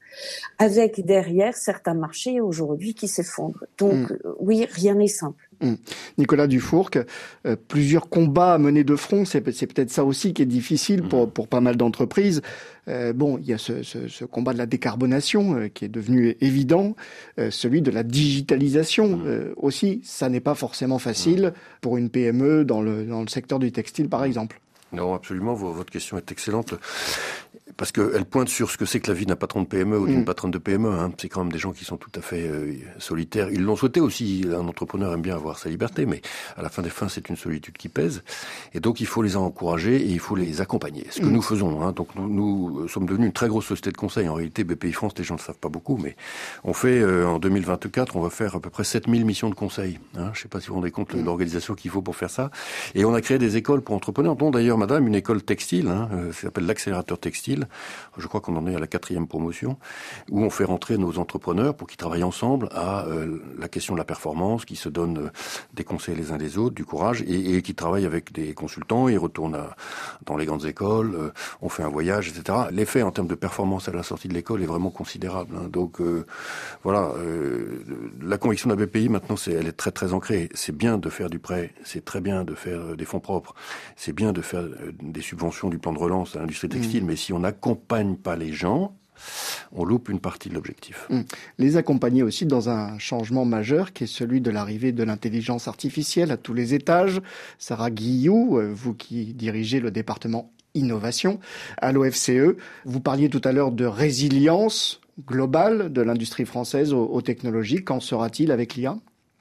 avec derrière certains marchés aujourd'hui qui s'effondrent. Donc, mmh. euh, oui, rien n'est simple. Mmh. Nicolas Dufourcq, euh, plusieurs combats à mener de front, c'est, c'est peut-être ça aussi qui est difficile pour, pour pas mal d'entreprises. Euh, bon, il y a ce, ce, ce combat de la décarbonation euh, qui est devenu évident, euh, celui de la digitalisation euh, aussi. Ça n'est pas forcément facile pour une P M E dans le, dans le secteur du textile, par exemple. Non, absolument, votre question est excellente. Parce qu'elle pointe sur ce que c'est que la vie d'un patron de P M E ou d'une mmh. patronne de P M E. Hein. C'est quand même des gens qui sont tout à fait euh, solitaires. Ils l'ont souhaité aussi. Un entrepreneur aime bien avoir sa liberté, mais à la fin des fins, c'est une solitude qui pèse. Et donc, il faut les encourager et il faut les accompagner. Ce que mmh. nous faisons. Hein. Donc, nous, nous sommes devenus une très grosse société de conseil. En réalité, B P I France, les gens ne le savent pas beaucoup, mais on fait, euh, en deux mille vingt-quatre, on va faire à peu près sept mille missions de conseil. Hein. Je ne sais pas si vous vous rendez compte de l'organisation qu'il faut pour faire ça. Et on a créé des écoles pour entrepreneurs, dont d'ailleurs, madame, une école textile, hein, euh, ça s'appelle l'accélérateur textile. Je crois qu'on en est à la quatrième promotion, où on fait rentrer nos entrepreneurs pour qu'ils travaillent ensemble à euh, la question de la performance, qui se donnent euh, des conseils les uns des autres, du courage, et, et qui travaillent avec des consultants, ils retournent à, dans les grandes écoles, euh, on fait un voyage, et cetera. L'effet en termes de performance à la sortie de l'école est vraiment considérable. Hein. Donc euh, voilà, euh, la conviction de la B P I maintenant, c'est, elle est très très ancrée. C'est bien de faire du prêt, c'est très bien de faire euh, des fonds propres, c'est bien de faire euh, des subventions du plan de relance à l'industrie textile, mmh. mais si on accompagne pas les gens, on loupe une partie de l'objectif. Mmh. Les accompagner aussi dans un changement majeur qui est celui de l'arrivée de l'intelligence artificielle à tous les étages. Sarah Guillou, vous qui dirigez le département innovation à l'O F C E, vous parliez tout à l'heure de résilience globale de l'industrie française aux, aux technologies. Qu'en sera-t-il avec l'I A ?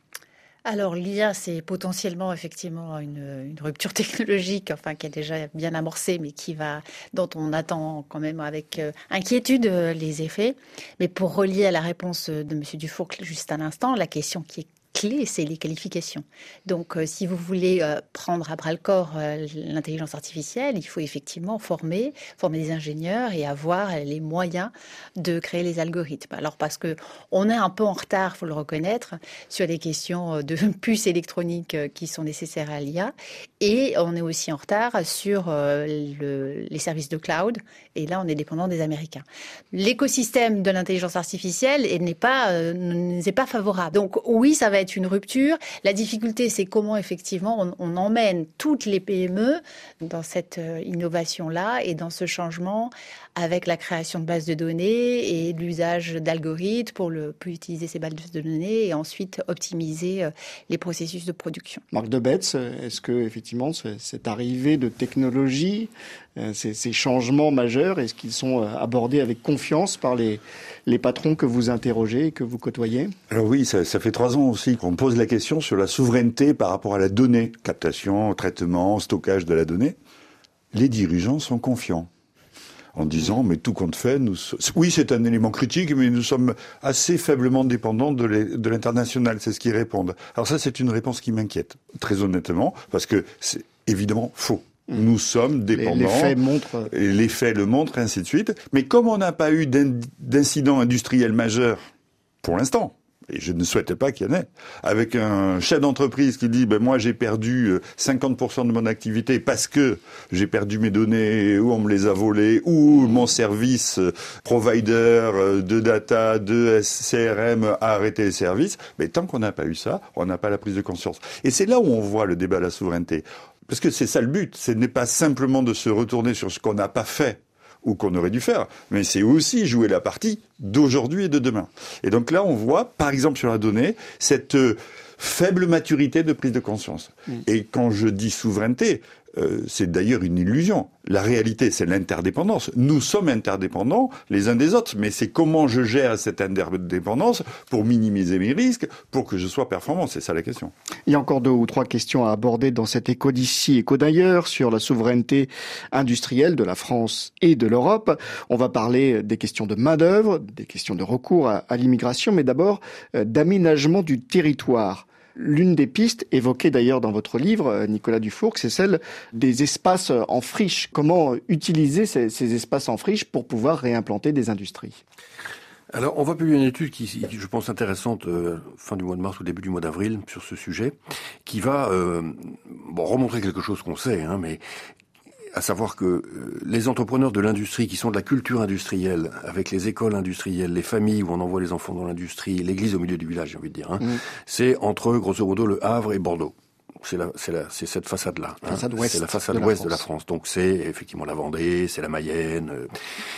Alors l'I A, c'est potentiellement effectivement une, une rupture technologique, enfin qui est déjà bien amorcée, mais qui va, dont on attend quand même avec euh, inquiétude euh, les effets. Mais pour relier à la réponse de Monsieur Dufourcq juste à l'instant, la question qui est clé, c'est les qualifications. Donc, euh, si vous voulez euh, prendre à bras-le-corps euh, l'intelligence artificielle, il faut effectivement former, former des ingénieurs et avoir les moyens de créer les algorithmes. Alors, parce que on est un peu en retard, faut le reconnaître, sur les questions de puces électroniques euh, qui sont nécessaires à l'I A, et on est aussi en retard sur euh, le, les services de cloud. Et là, on est dépendant des Américains. L'écosystème de l'intelligence artificielle n'est pas euh, n'est pas favorable. Donc, oui, ça va être une rupture. La difficulté, c'est comment effectivement on, on emmène toutes les P M E dans cette euh, innovation-là et dans ce changement avec la création de bases de données et l'usage d'algorithmes pour, le, pour utiliser ces bases de données et ensuite optimiser euh, les processus de production. Marc Debetz, est-ce que effectivement cette arrivée de technologie, euh, ces, ces changements majeurs, est-ce qu'ils sont abordés avec confiance par les, les patrons que vous interrogez et que vous côtoyez ? Alors oui, ça, ça fait trois ans aussi qu'on pose la question sur la souveraineté par rapport à la donnée, captation, traitement, stockage de la donnée. Les dirigeants sont confiants en disant, mais tout compte fait, nous, oui, c'est un élément critique, mais nous sommes assez faiblement dépendants de, les, de l'international, c'est ce qu'ils répondent. Alors ça, c'est une réponse qui m'inquiète, très honnêtement, parce que c'est évidemment faux. Nous sommes dépendants. Les, les faits montrent. Les faits le montrent, ainsi de suite. Mais comme on n'a pas eu d'incident industriel majeur, pour l'instant, et je ne souhaitais pas qu'il y en ait, avec un chef d'entreprise qui dit ben moi j'ai perdu cinquante pour cent de mon activité parce que j'ai perdu mes données, ou on me les a volées, ou mon service provider de data, de C R M a arrêté les services, mais tant qu'on n'a pas eu ça, on n'a pas la prise de conscience. Et c'est là où on voit le débat de la souveraineté. Parce que c'est ça le but, ce n'est pas simplement de se retourner sur ce qu'on n'a pas fait, ou qu'on aurait dû faire, mais c'est aussi jouer la partie d'aujourd'hui et de demain. Et donc là, on voit, par exemple sur la donnée, cette euh, faible maturité de prise de conscience. Mmh. Et quand je dis souveraineté, euh, c'est d'ailleurs une illusion. La réalité, c'est l'interdépendance. Nous sommes interdépendants les uns des autres, mais c'est comment je gère cette interdépendance pour minimiser mes risques, pour que je sois performant. C'est ça la question. Il y a encore deux ou trois questions à aborder dans cet écho d'ici, écho d'ailleurs, sur la souveraineté industrielle de la France et de l'Europe. On va parler des questions de main-d'œuvre, des questions de recours à, à l'immigration, mais d'abord euh, d'aménagement du territoire. L'une des pistes, évoquée d'ailleurs dans votre livre, Nicolas Dufourcq, c'est celle des espaces en friche. Comment utiliser ces, ces espaces en friche pour pouvoir réimplanter des industries ? Alors, on va publier une étude qui, je pense, intéressante, euh, fin du mois de mars ou début du mois d'avril, sur ce sujet, qui va euh, bon, remontrer quelque chose qu'on sait, hein, mais à savoir que euh, les entrepreneurs de l'industrie qui sont de la culture industrielle, avec les écoles industrielles, les familles où on envoie les enfants dans l'industrie, l'église au milieu du village, j'ai envie de dire, hein, mmh. c'est entre, grosso modo, le Havre et Bordeaux. C'est la, c'est la, c'est cette façade-là. Hein. Façade ouest c'est la façade de la ouest France. de la France. Donc c'est effectivement la Vendée, c'est la Mayenne, euh,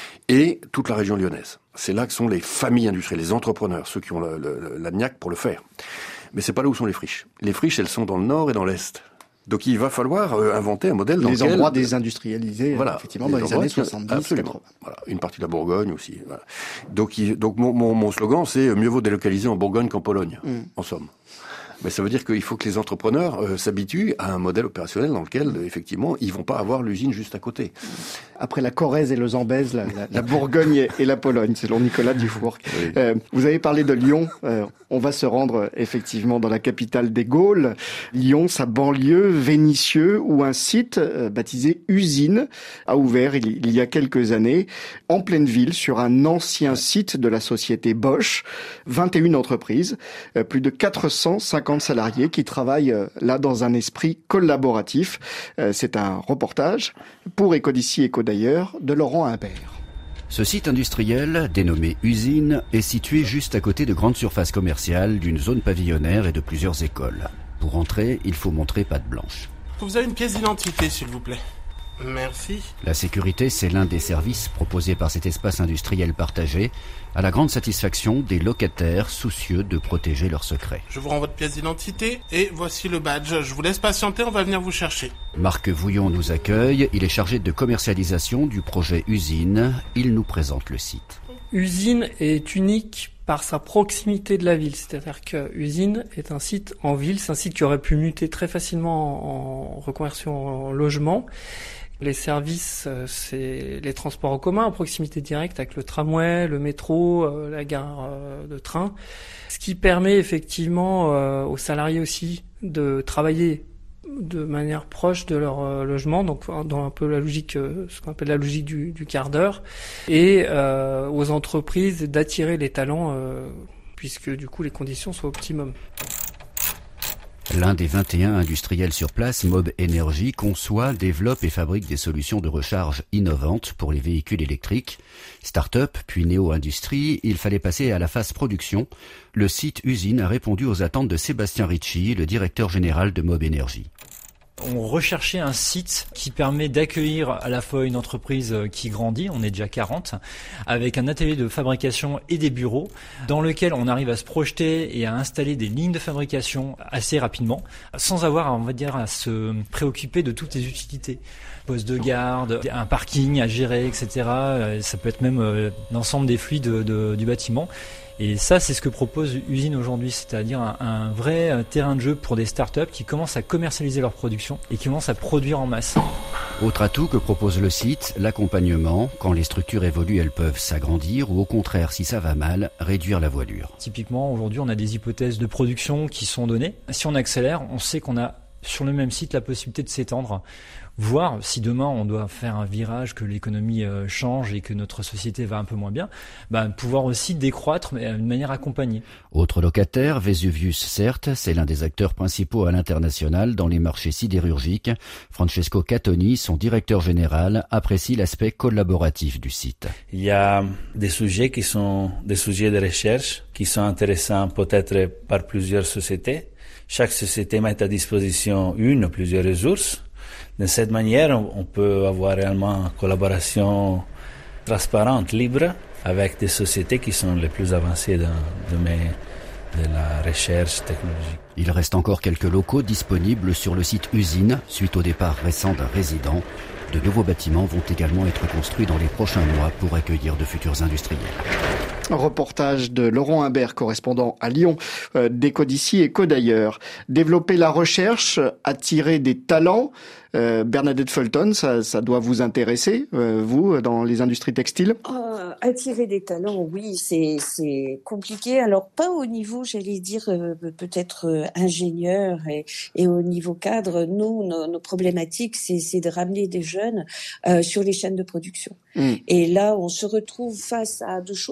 et toute la région lyonnaise. C'est là que sont les familles industrielles, les entrepreneurs, ceux qui ont le, le, la niaque pour le faire. Mais c'est pas là où sont les friches. Les friches, elles sont dans le nord et dans l'est. Donc il va falloir euh, inventer un modèle dans les lequel... endroits désindustrialisés, voilà, effectivement, dans les, les années soixante-dix, quatre-vingts. Voilà, une partie de la Bourgogne aussi. Voilà. Donc, il, donc mon, mon, mon slogan, c'est « Mieux vaut délocaliser en Bourgogne qu'en Pologne mm. », en somme. Mais ça veut dire qu'il faut que les entrepreneurs euh, s'habituent à un modèle opérationnel dans lequel, euh, effectivement, ils vont pas avoir l'usine juste à côté. Après la Corrèze et le Zambèze, la, la, la Bourgogne et, et la Pologne, selon Nicolas Dufourcq. Oui. Euh, vous avez parlé de Lyon. Euh, on va se rendre effectivement dans la capitale des Gaules. Lyon, sa banlieue, Vénissieux, où un site euh, baptisé Usine a ouvert il, il y a quelques années, en pleine ville, sur un ancien site de la société Bosch. vingt et une entreprises, euh, plus de quatre cent cinquante salariés qui travaillent là dans un esprit collaboratif. C'est un reportage pour Éco d'ici, Éco d'ailleurs de Laurent Imbert. Ce site industriel, dénommé Usine, est situé juste à côté de grandes surfaces commerciales, d'une zone pavillonnaire et de plusieurs écoles. Pour entrer, il faut montrer patte blanche. Vous avez une pièce d'identité, s'il vous plaît. Merci. La sécurité, c'est l'un des services proposés par cet espace industriel partagé, à la grande satisfaction des locataires soucieux de protéger leurs secrets. Je vous rends votre pièce d'identité et voici le badge. Je vous laisse patienter, on va venir vous chercher. Marc Vouillon nous accueille. Il est chargé de commercialisation du projet Usine. Il nous présente le site. Usine est unique par sa proximité de la ville. C'est-à-dire que Usine est un site en ville. C'est un site qui aurait pu muter très facilement en reconversion en logement. Les services, c'est les transports en commun à proximité directe avec le tramway, le métro, euh, la gare euh, de train. Ce qui permet effectivement euh, aux salariés aussi de travailler de manière proche de leur euh, logement, donc dans un peu la logique, euh, ce qu'on appelle la logique du, du quart d'heure, et euh, aux entreprises d'attirer les talents euh, puisque du coup les conditions sont optimum. L'un des vingt et un industriels sur place, Mob Energy, conçoit, développe et fabrique des solutions de recharge innovantes pour les véhicules électriques. Start-up, puis néo-industrie, il fallait passer à la phase production. Le site Usine a répondu aux attentes de Sébastien Ricci, le directeur général de Mob Energy. On recherchait un site qui permet d'accueillir à la fois une entreprise qui grandit, on est déjà quarante, avec un atelier de fabrication et des bureaux, dans lequel on arrive à se projeter et à installer des lignes de fabrication assez rapidement, sans avoir, on va dire, à se préoccuper de toutes les utilités. Poste de garde, un parking à gérer, et cetera. Ça peut être même l'ensemble des fluides de, de, du bâtiment. Et ça, c'est ce que propose Usine aujourd'hui, c'est-à-dire un, un vrai terrain de jeu pour des startups qui commencent à commercialiser leur production et qui commencent à produire en masse. Autre atout que propose le site, l'accompagnement. Quand les structures évoluent, elles peuvent s'agrandir ou au contraire, si ça va mal, réduire la voilure. Typiquement, aujourd'hui, on a des hypothèses de production qui sont données. Si on accélère, on sait qu'on a sur le même site la possibilité de s'étendre, voir si demain on doit faire un virage, que l'économie euh, change et que notre société va un peu moins bien, bah, pouvoir aussi décroître mais d'une manière accompagnée. Autre locataire, Vesuvius certes, c'est l'un des acteurs principaux à l'international dans les marchés sidérurgiques. Francesco Catoni, son directeur général, apprécie l'aspect collaboratif du site. Il y a des sujets qui sont des sujets de recherche qui sont intéressants peut-être par plusieurs sociétés. Chaque société met à disposition une ou plusieurs ressources. De cette manière, on peut avoir réellement une collaboration transparente, libre, avec des sociétés qui sont les plus avancées dans le domaine de la recherche technologique. Il reste encore quelques locaux disponibles sur le site Usine, suite au départ récent d'un résident. De nouveaux bâtiments vont également être construits dans les prochains mois pour accueillir de futurs industriels. Un reportage de Laurent Imbert, correspondant à Lyon, euh, d'Éco d'ici, Éco d'ailleurs. Développer la recherche, attirer des talents. Euh, Bernadette Fulton, ça, ça doit vous intéresser, euh, vous, dans les industries textiles? euh, Attirer des talents, oui, c'est c'est compliqué. Alors pas au niveau, j'allais dire, euh, peut-être euh, ingénieur et, et au niveau cadre. Nous, nos, nos problématiques, c'est c'est de ramener des jeunes euh, sur les chaînes de production. Mmh. Et là, on se retrouve face à deux choses. Ce qui est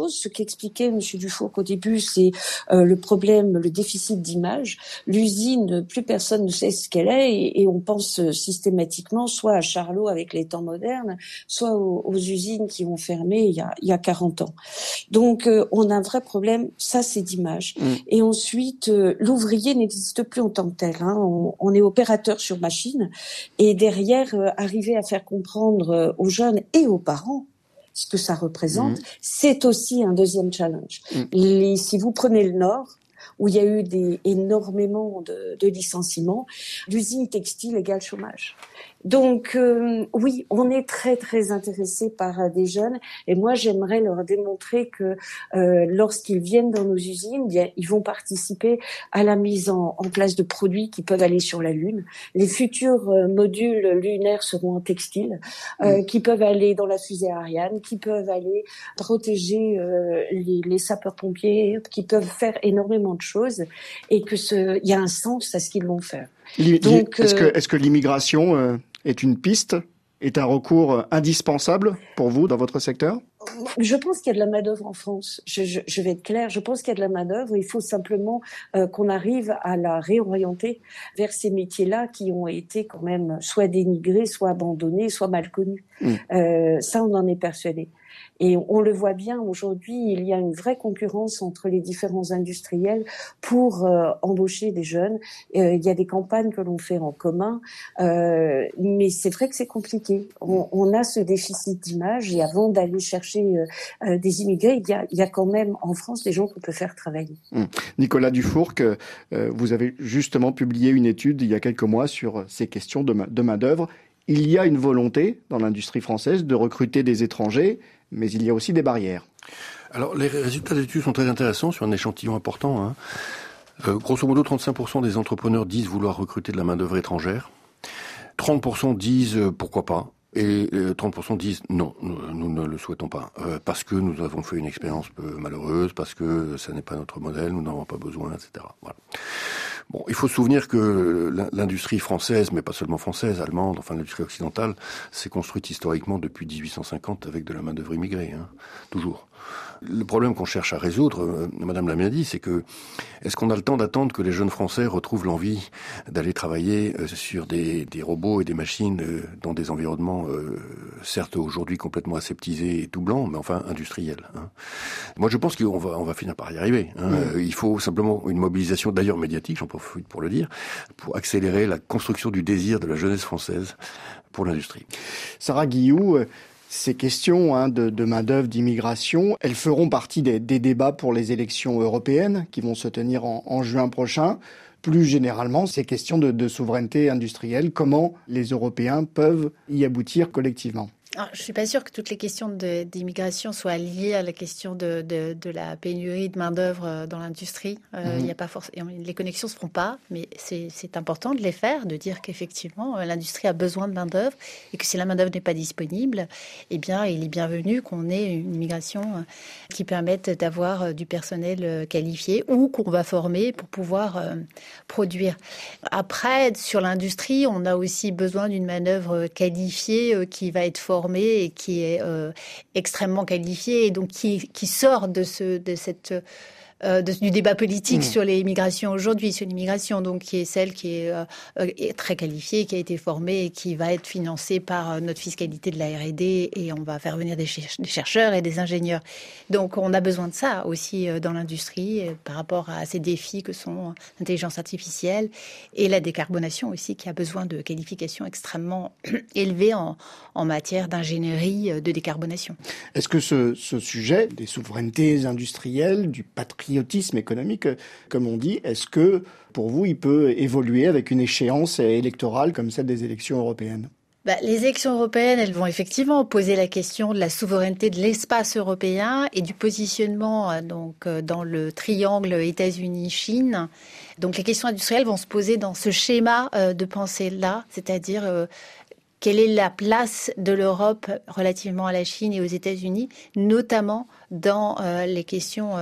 expliqué, Monsieur Dufour, qu'au début, c'est euh, le problème, le déficit d'image. L'usine, plus personne ne sait ce qu'elle est et, et on pense systématiquement soit à Charlot avec les temps modernes, soit aux, aux usines qui ont fermé il y a, il y a quarante ans. Donc, euh, on a un vrai problème, ça c'est d'image. Mmh. Et ensuite, euh, l'ouvrier n'existe plus en tant que tel. Hein. On, on est opérateur sur machine et derrière, euh, arriver à faire comprendre euh, aux jeunes et aux parents ce que ça représente, mmh. c'est aussi un deuxième challenge. Mmh. Les, si vous prenez le Nord, où il y a eu des, énormément de, de licenciements, l'usine textile égale chômage. Donc euh, oui, on est très très intéressé par euh, des jeunes et moi j'aimerais leur démontrer que euh, lorsqu'ils viennent dans nos usines, bien, ils vont participer à la mise en, en place de produits qui peuvent aller sur la Lune. Les futurs euh, modules lunaires seront en textile, euh, mmh. qui peuvent aller dans la fusée Ariane, qui peuvent aller protéger euh, les, les sapeurs-pompiers, qui peuvent faire énormément de choses et que ce, il y a un sens à ce qu'ils vont faire. Donc, est-ce que, est-ce que l'immigration euh, est une piste, est un recours indispensable pour vous dans votre secteur ? Je pense qu'il y a de la main-d'œuvre en France. Je, je, je vais être claire. Je pense qu'il y a de la main-d'œuvre. Il faut simplement euh, qu'on arrive à la réorienter vers ces métiers-là qui ont été quand même soit dénigrés, soit abandonnés, soit mal connus. Mmh. Euh, ça, on en est persuadé. Et on le voit bien aujourd'hui, il y a une vraie concurrence entre les différents industriels pour euh, embaucher des jeunes. Euh, il y a des campagnes que l'on fait en commun, euh, mais c'est vrai que c'est compliqué. On, on a ce déficit d'image et avant d'aller chercher euh, des immigrés, il y, a, il y a quand même en France des gens qu'on peut faire travailler. Mmh. Nicolas Dufour, que, euh, vous avez justement publié une étude il y a quelques mois sur ces questions de, ma, de main-d'œuvre. Il y a une volonté dans l'industrie française de recruter des étrangers, mais il y a aussi des barrières. Alors, les résultats de l'étude sont très intéressants sur un échantillon important. Hein. Euh, grosso modo, trente-cinq pour cent des entrepreneurs disent vouloir recruter de la main-d'œuvre étrangère. trente pour cent disent euh, pourquoi pas. Et euh, trente pour cent disent non, nous, nous ne le souhaitons pas. Euh, parce que nous avons fait une expérience peu malheureuse, parce que ça n'est pas notre modèle, nous n'en avons pas besoin, et cetera. Voilà. Bon, il faut se souvenir que l'industrie française, mais pas seulement française, allemande, enfin l'industrie occidentale, s'est construite historiquement depuis dix-huit cent cinquante avec de la main-d'œuvre immigrée, hein, toujours. Le problème qu'on cherche à résoudre, euh, Madame l'a bien dit, c'est que est-ce qu'on a le temps d'attendre que les jeunes Français retrouvent l'envie d'aller travailler euh, sur des, des robots et des machines euh, dans des environnements, euh, certes aujourd'hui complètement aseptisés et tout blancs, mais enfin industriels. Hein. Moi, je pense qu'on va, on va finir par y arriver. Hein. Mmh. Il faut simplement une mobilisation, d'ailleurs médiatique, j'en profite pour le dire, pour accélérer la construction du désir de la jeunesse française pour l'industrie. Sarah Guillou, ces questions hein, de, de main-d'œuvre, d'immigration, elles feront partie des, des débats pour les élections européennes qui vont se tenir en, en juin prochain. Plus généralement, ces questions de, de souveraineté industrielle, comment les Européens peuvent y aboutir collectivement ? Alors, je suis pas sûre que toutes les questions de, d'immigration soient liées à la question de, de, de la pénurie de main-d'œuvre dans l'industrie. Euh, mmh. y a pas forcément, les connexions se font pas, mais c'est, c'est important de les faire, de dire qu'effectivement l'industrie a besoin de main-d'œuvre et que si la main-d'œuvre n'est pas disponible, eh bien, il est bienvenu qu'on ait une immigration qui permette d'avoir du personnel qualifié ou qu'on va former pour pouvoir euh, produire. Après, sur l'industrie, on a aussi besoin d'une main-d'œuvre qualifiée euh, qui va être formée et qui est euh, extrêmement qualifié et donc qui, qui sort de, ce, de cette... Euh, de, du débat politique mmh. sur les migrations aujourd'hui, sur l'immigration, donc qui est celle qui est, euh, est très qualifiée, qui a été formée et qui va être financée par euh, notre fiscalité de la R et D et on va faire venir des, ch- des chercheurs et des ingénieurs. Donc on a besoin de ça aussi euh, dans l'industrie euh, par rapport à ces défis que sont l'intelligence artificielle et la décarbonation aussi qui a besoin de qualifications extrêmement élevées en, en matière d'ingénierie euh, de décarbonation. Est-ce que ce, ce sujet des souverainetés industrielles, du patrimoine patriotisme économique, comme on dit, est-ce que, pour vous, il peut évoluer avec une échéance électorale comme celle des élections européennes ? Bah, les élections européennes, elles vont effectivement poser la question de la souveraineté de l'espace européen et du positionnement donc dans le triangle États-Unis-Chine. Donc les questions industrielles vont se poser dans ce schéma de pensée-là, c'est-à-dire euh, quelle est la place de l'Europe relativement à la Chine et aux États-Unis, notamment dans euh, les questions euh,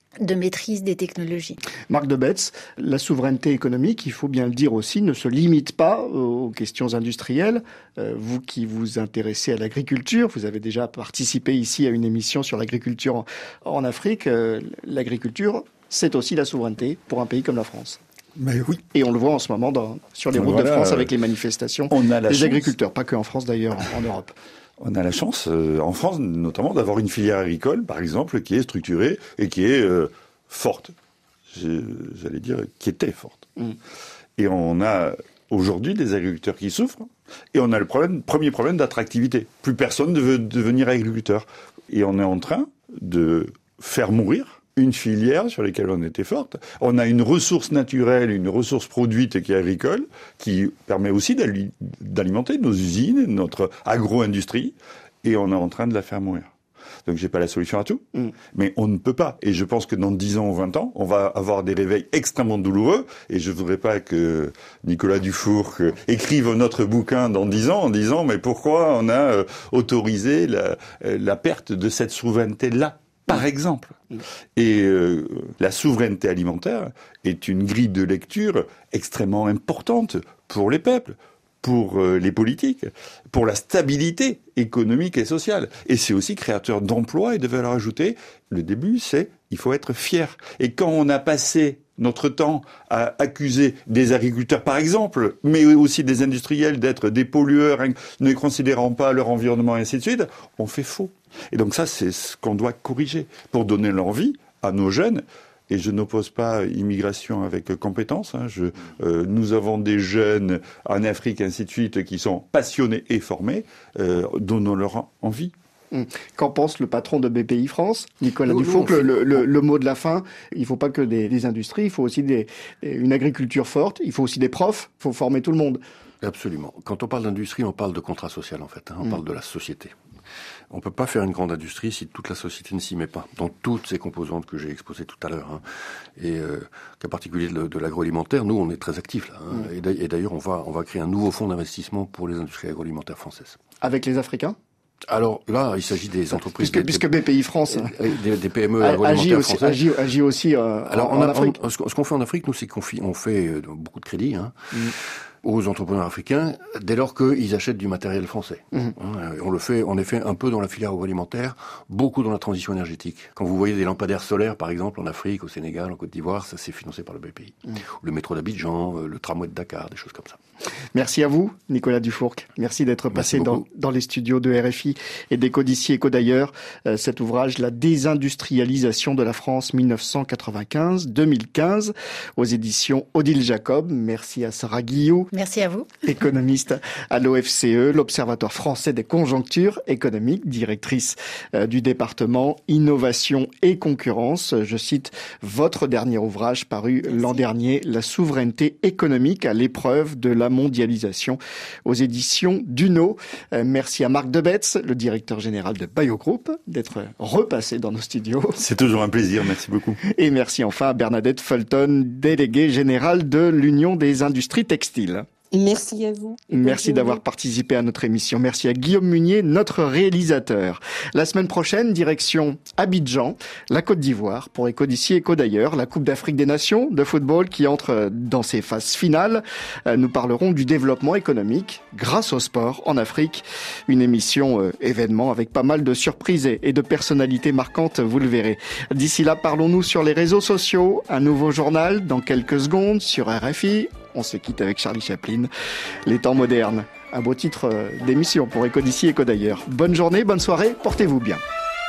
de maîtrise des technologies. Marc de Betz, la souveraineté économique, il faut bien le dire aussi, ne se limite pas aux questions industrielles. Euh, vous qui vous intéressez à l'agriculture, vous avez déjà participé ici à une émission sur l'agriculture en, en Afrique. Euh, l'agriculture, c'est aussi la souveraineté pour un pays comme la France. Mais oui. Et on le voit en ce moment dans, sur les routes voilà, de France avec les manifestations on a la des chance. agriculteurs, pas que en France d'ailleurs, en, en Europe. On a la chance, euh, en France notamment, d'avoir une filière agricole, par exemple, qui est structurée et qui est euh, forte. J'ai- J'allais dire, qui était forte. Mm. Et on a aujourd'hui des agriculteurs qui souffrent. Et on a le problème, premier problème d'attractivité. Plus personne ne veut devenir agriculteur. Et on est en train de faire mourir une filière sur laquelle on était forte. On a une ressource naturelle, une ressource produite qui est agricole, qui permet aussi d'ali- d'alimenter nos usines, notre agro-industrie, et on est en train de la faire mourir. Donc j'ai pas la solution à tout, Mm. mais on ne peut pas. Et je pense que dans dix ans ou vingt ans, on va avoir des réveils extrêmement douloureux, et je voudrais pas que Nicolas Dufourc euh, écrive notre bouquin dans dix ans en disant mais pourquoi on a euh, autorisé la, euh, la perte de cette souveraineté-là, par exemple. Et euh, la souveraineté alimentaire est une grille de lecture extrêmement importante pour les peuples, pour euh, les politiques, pour la stabilité économique et sociale. Et c'est aussi créateur d'emplois et de valeur ajoutée. Le début, c'est il faut être fier. Et quand on a passé notre temps à accuser des agriculteurs, par exemple, mais aussi des industriels d'être des pollueurs, ne considérant pas leur environnement et ainsi de suite, on fait faux. Et donc ça, c'est ce qu'on doit corriger pour donner l'envie à nos jeunes. Et je n'oppose pas immigration avec compétence. Hein. Je, euh, nous avons des jeunes en Afrique, ainsi de suite, qui sont passionnés et formés. Euh, donnons-leur envie. Qu'en pense le patron de B P I France, Nicolas Nous, Dufourc, nous, on le, fait- le, le mot de la fin, il ne faut pas que des, des industries, il faut aussi des, une agriculture forte, il faut aussi des profs, il faut former tout le monde. Absolument. Quand on parle d'industrie, on parle de contrat social, en fait. Hein. On Mm. parle de la société. On ne peut pas faire une grande industrie si toute la société ne s'y met pas, dans toutes ces composantes que j'ai exposées tout à l'heure. Hein. Et euh, qu'en particulier de, de l'agroalimentaire, nous, on est très actifs là. Hein. Mm. Et d'a- Et d'ailleurs, on va, on va créer un nouveau fonds d'investissement pour les industries agroalimentaires françaises. Avec les Africains? Alors là, il s'agit des entreprises... Puisque, des, puisque B P I France des, des P M E a- agroalimentaires agit aussi, françaises. agit, agit aussi euh, Alors, en, on en a- Afrique. on- ce qu'on ce qu'on fait en Afrique, nous, c'est qu'on fi- on fait euh, beaucoup de crédits hein, Mm. aux entrepreneurs africains dès lors qu'ils achètent du matériel français. Mm. Hein, et on le fait, en effet, un peu dans la filière agroalimentaire, beaucoup dans la transition énergétique. Quand vous voyez des lampadaires solaires, par exemple, en Afrique, au Sénégal, en Côte d'Ivoire, ça c'est financé par le B P I. Mm. Ou le métro d'Abidjan, euh, le tramway de Dakar, des choses comme ça. Merci à vous, Nicolas Dufourc. Merci d'être passé Merci dans, beaucoup. dans les studios de R F I et d'Éco d'ici, Éco d'ailleurs. Euh, cet ouvrage, La désindustrialisation de la France mille neuf cent quatre-vingt-quinze deux mille quinze, aux éditions Odile Jacob. Merci à Sarah Guillou. Merci à vous. Économiste à l'O F C E, l'Observatoire français des conjonctures économiques, directrice euh, du département Innovation et Concurrence. Je cite votre dernier ouvrage paru l'an dernier, La souveraineté économique à l'épreuve de la mondialisation, aux éditions Duno. Euh, merci à Marc de Betz, le directeur général de Bayo Group, d'être repassé dans nos studios. C'est toujours un plaisir, merci beaucoup. Et merci enfin à Bernadette Fulton, déléguée générale de l'Union des industries textiles. Merci à vous. Merci d'avoir participé à notre émission. Merci à Guillaume Munier, notre réalisateur. La semaine prochaine, direction Abidjan, la Côte d'Ivoire, pour Éco d'ici, Éco d'ailleurs, la Coupe d'Afrique des Nations de football qui entre dans ses phases finales. Nous parlerons du développement économique grâce au sport en Afrique. Une émission euh, événement avec pas mal de surprises et de personnalités marquantes, vous le verrez. D'ici là, parlons-nous sur les réseaux sociaux. Un nouveau journal dans quelques secondes sur R F I. On se quitte avec Charlie Chaplin. Les temps modernes. Un beau titre d'émission pour Éco d'ici, Éco d'ailleurs. Bonne journée, bonne soirée, portez-vous bien.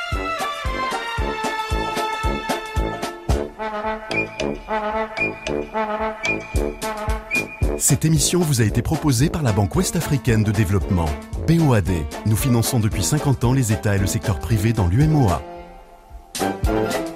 Cette émission vous a été proposée par la Banque Ouest-Africaine de Développement. B O A D. Nous finançons depuis cinquante ans les États et le secteur privé dans l'U M O A.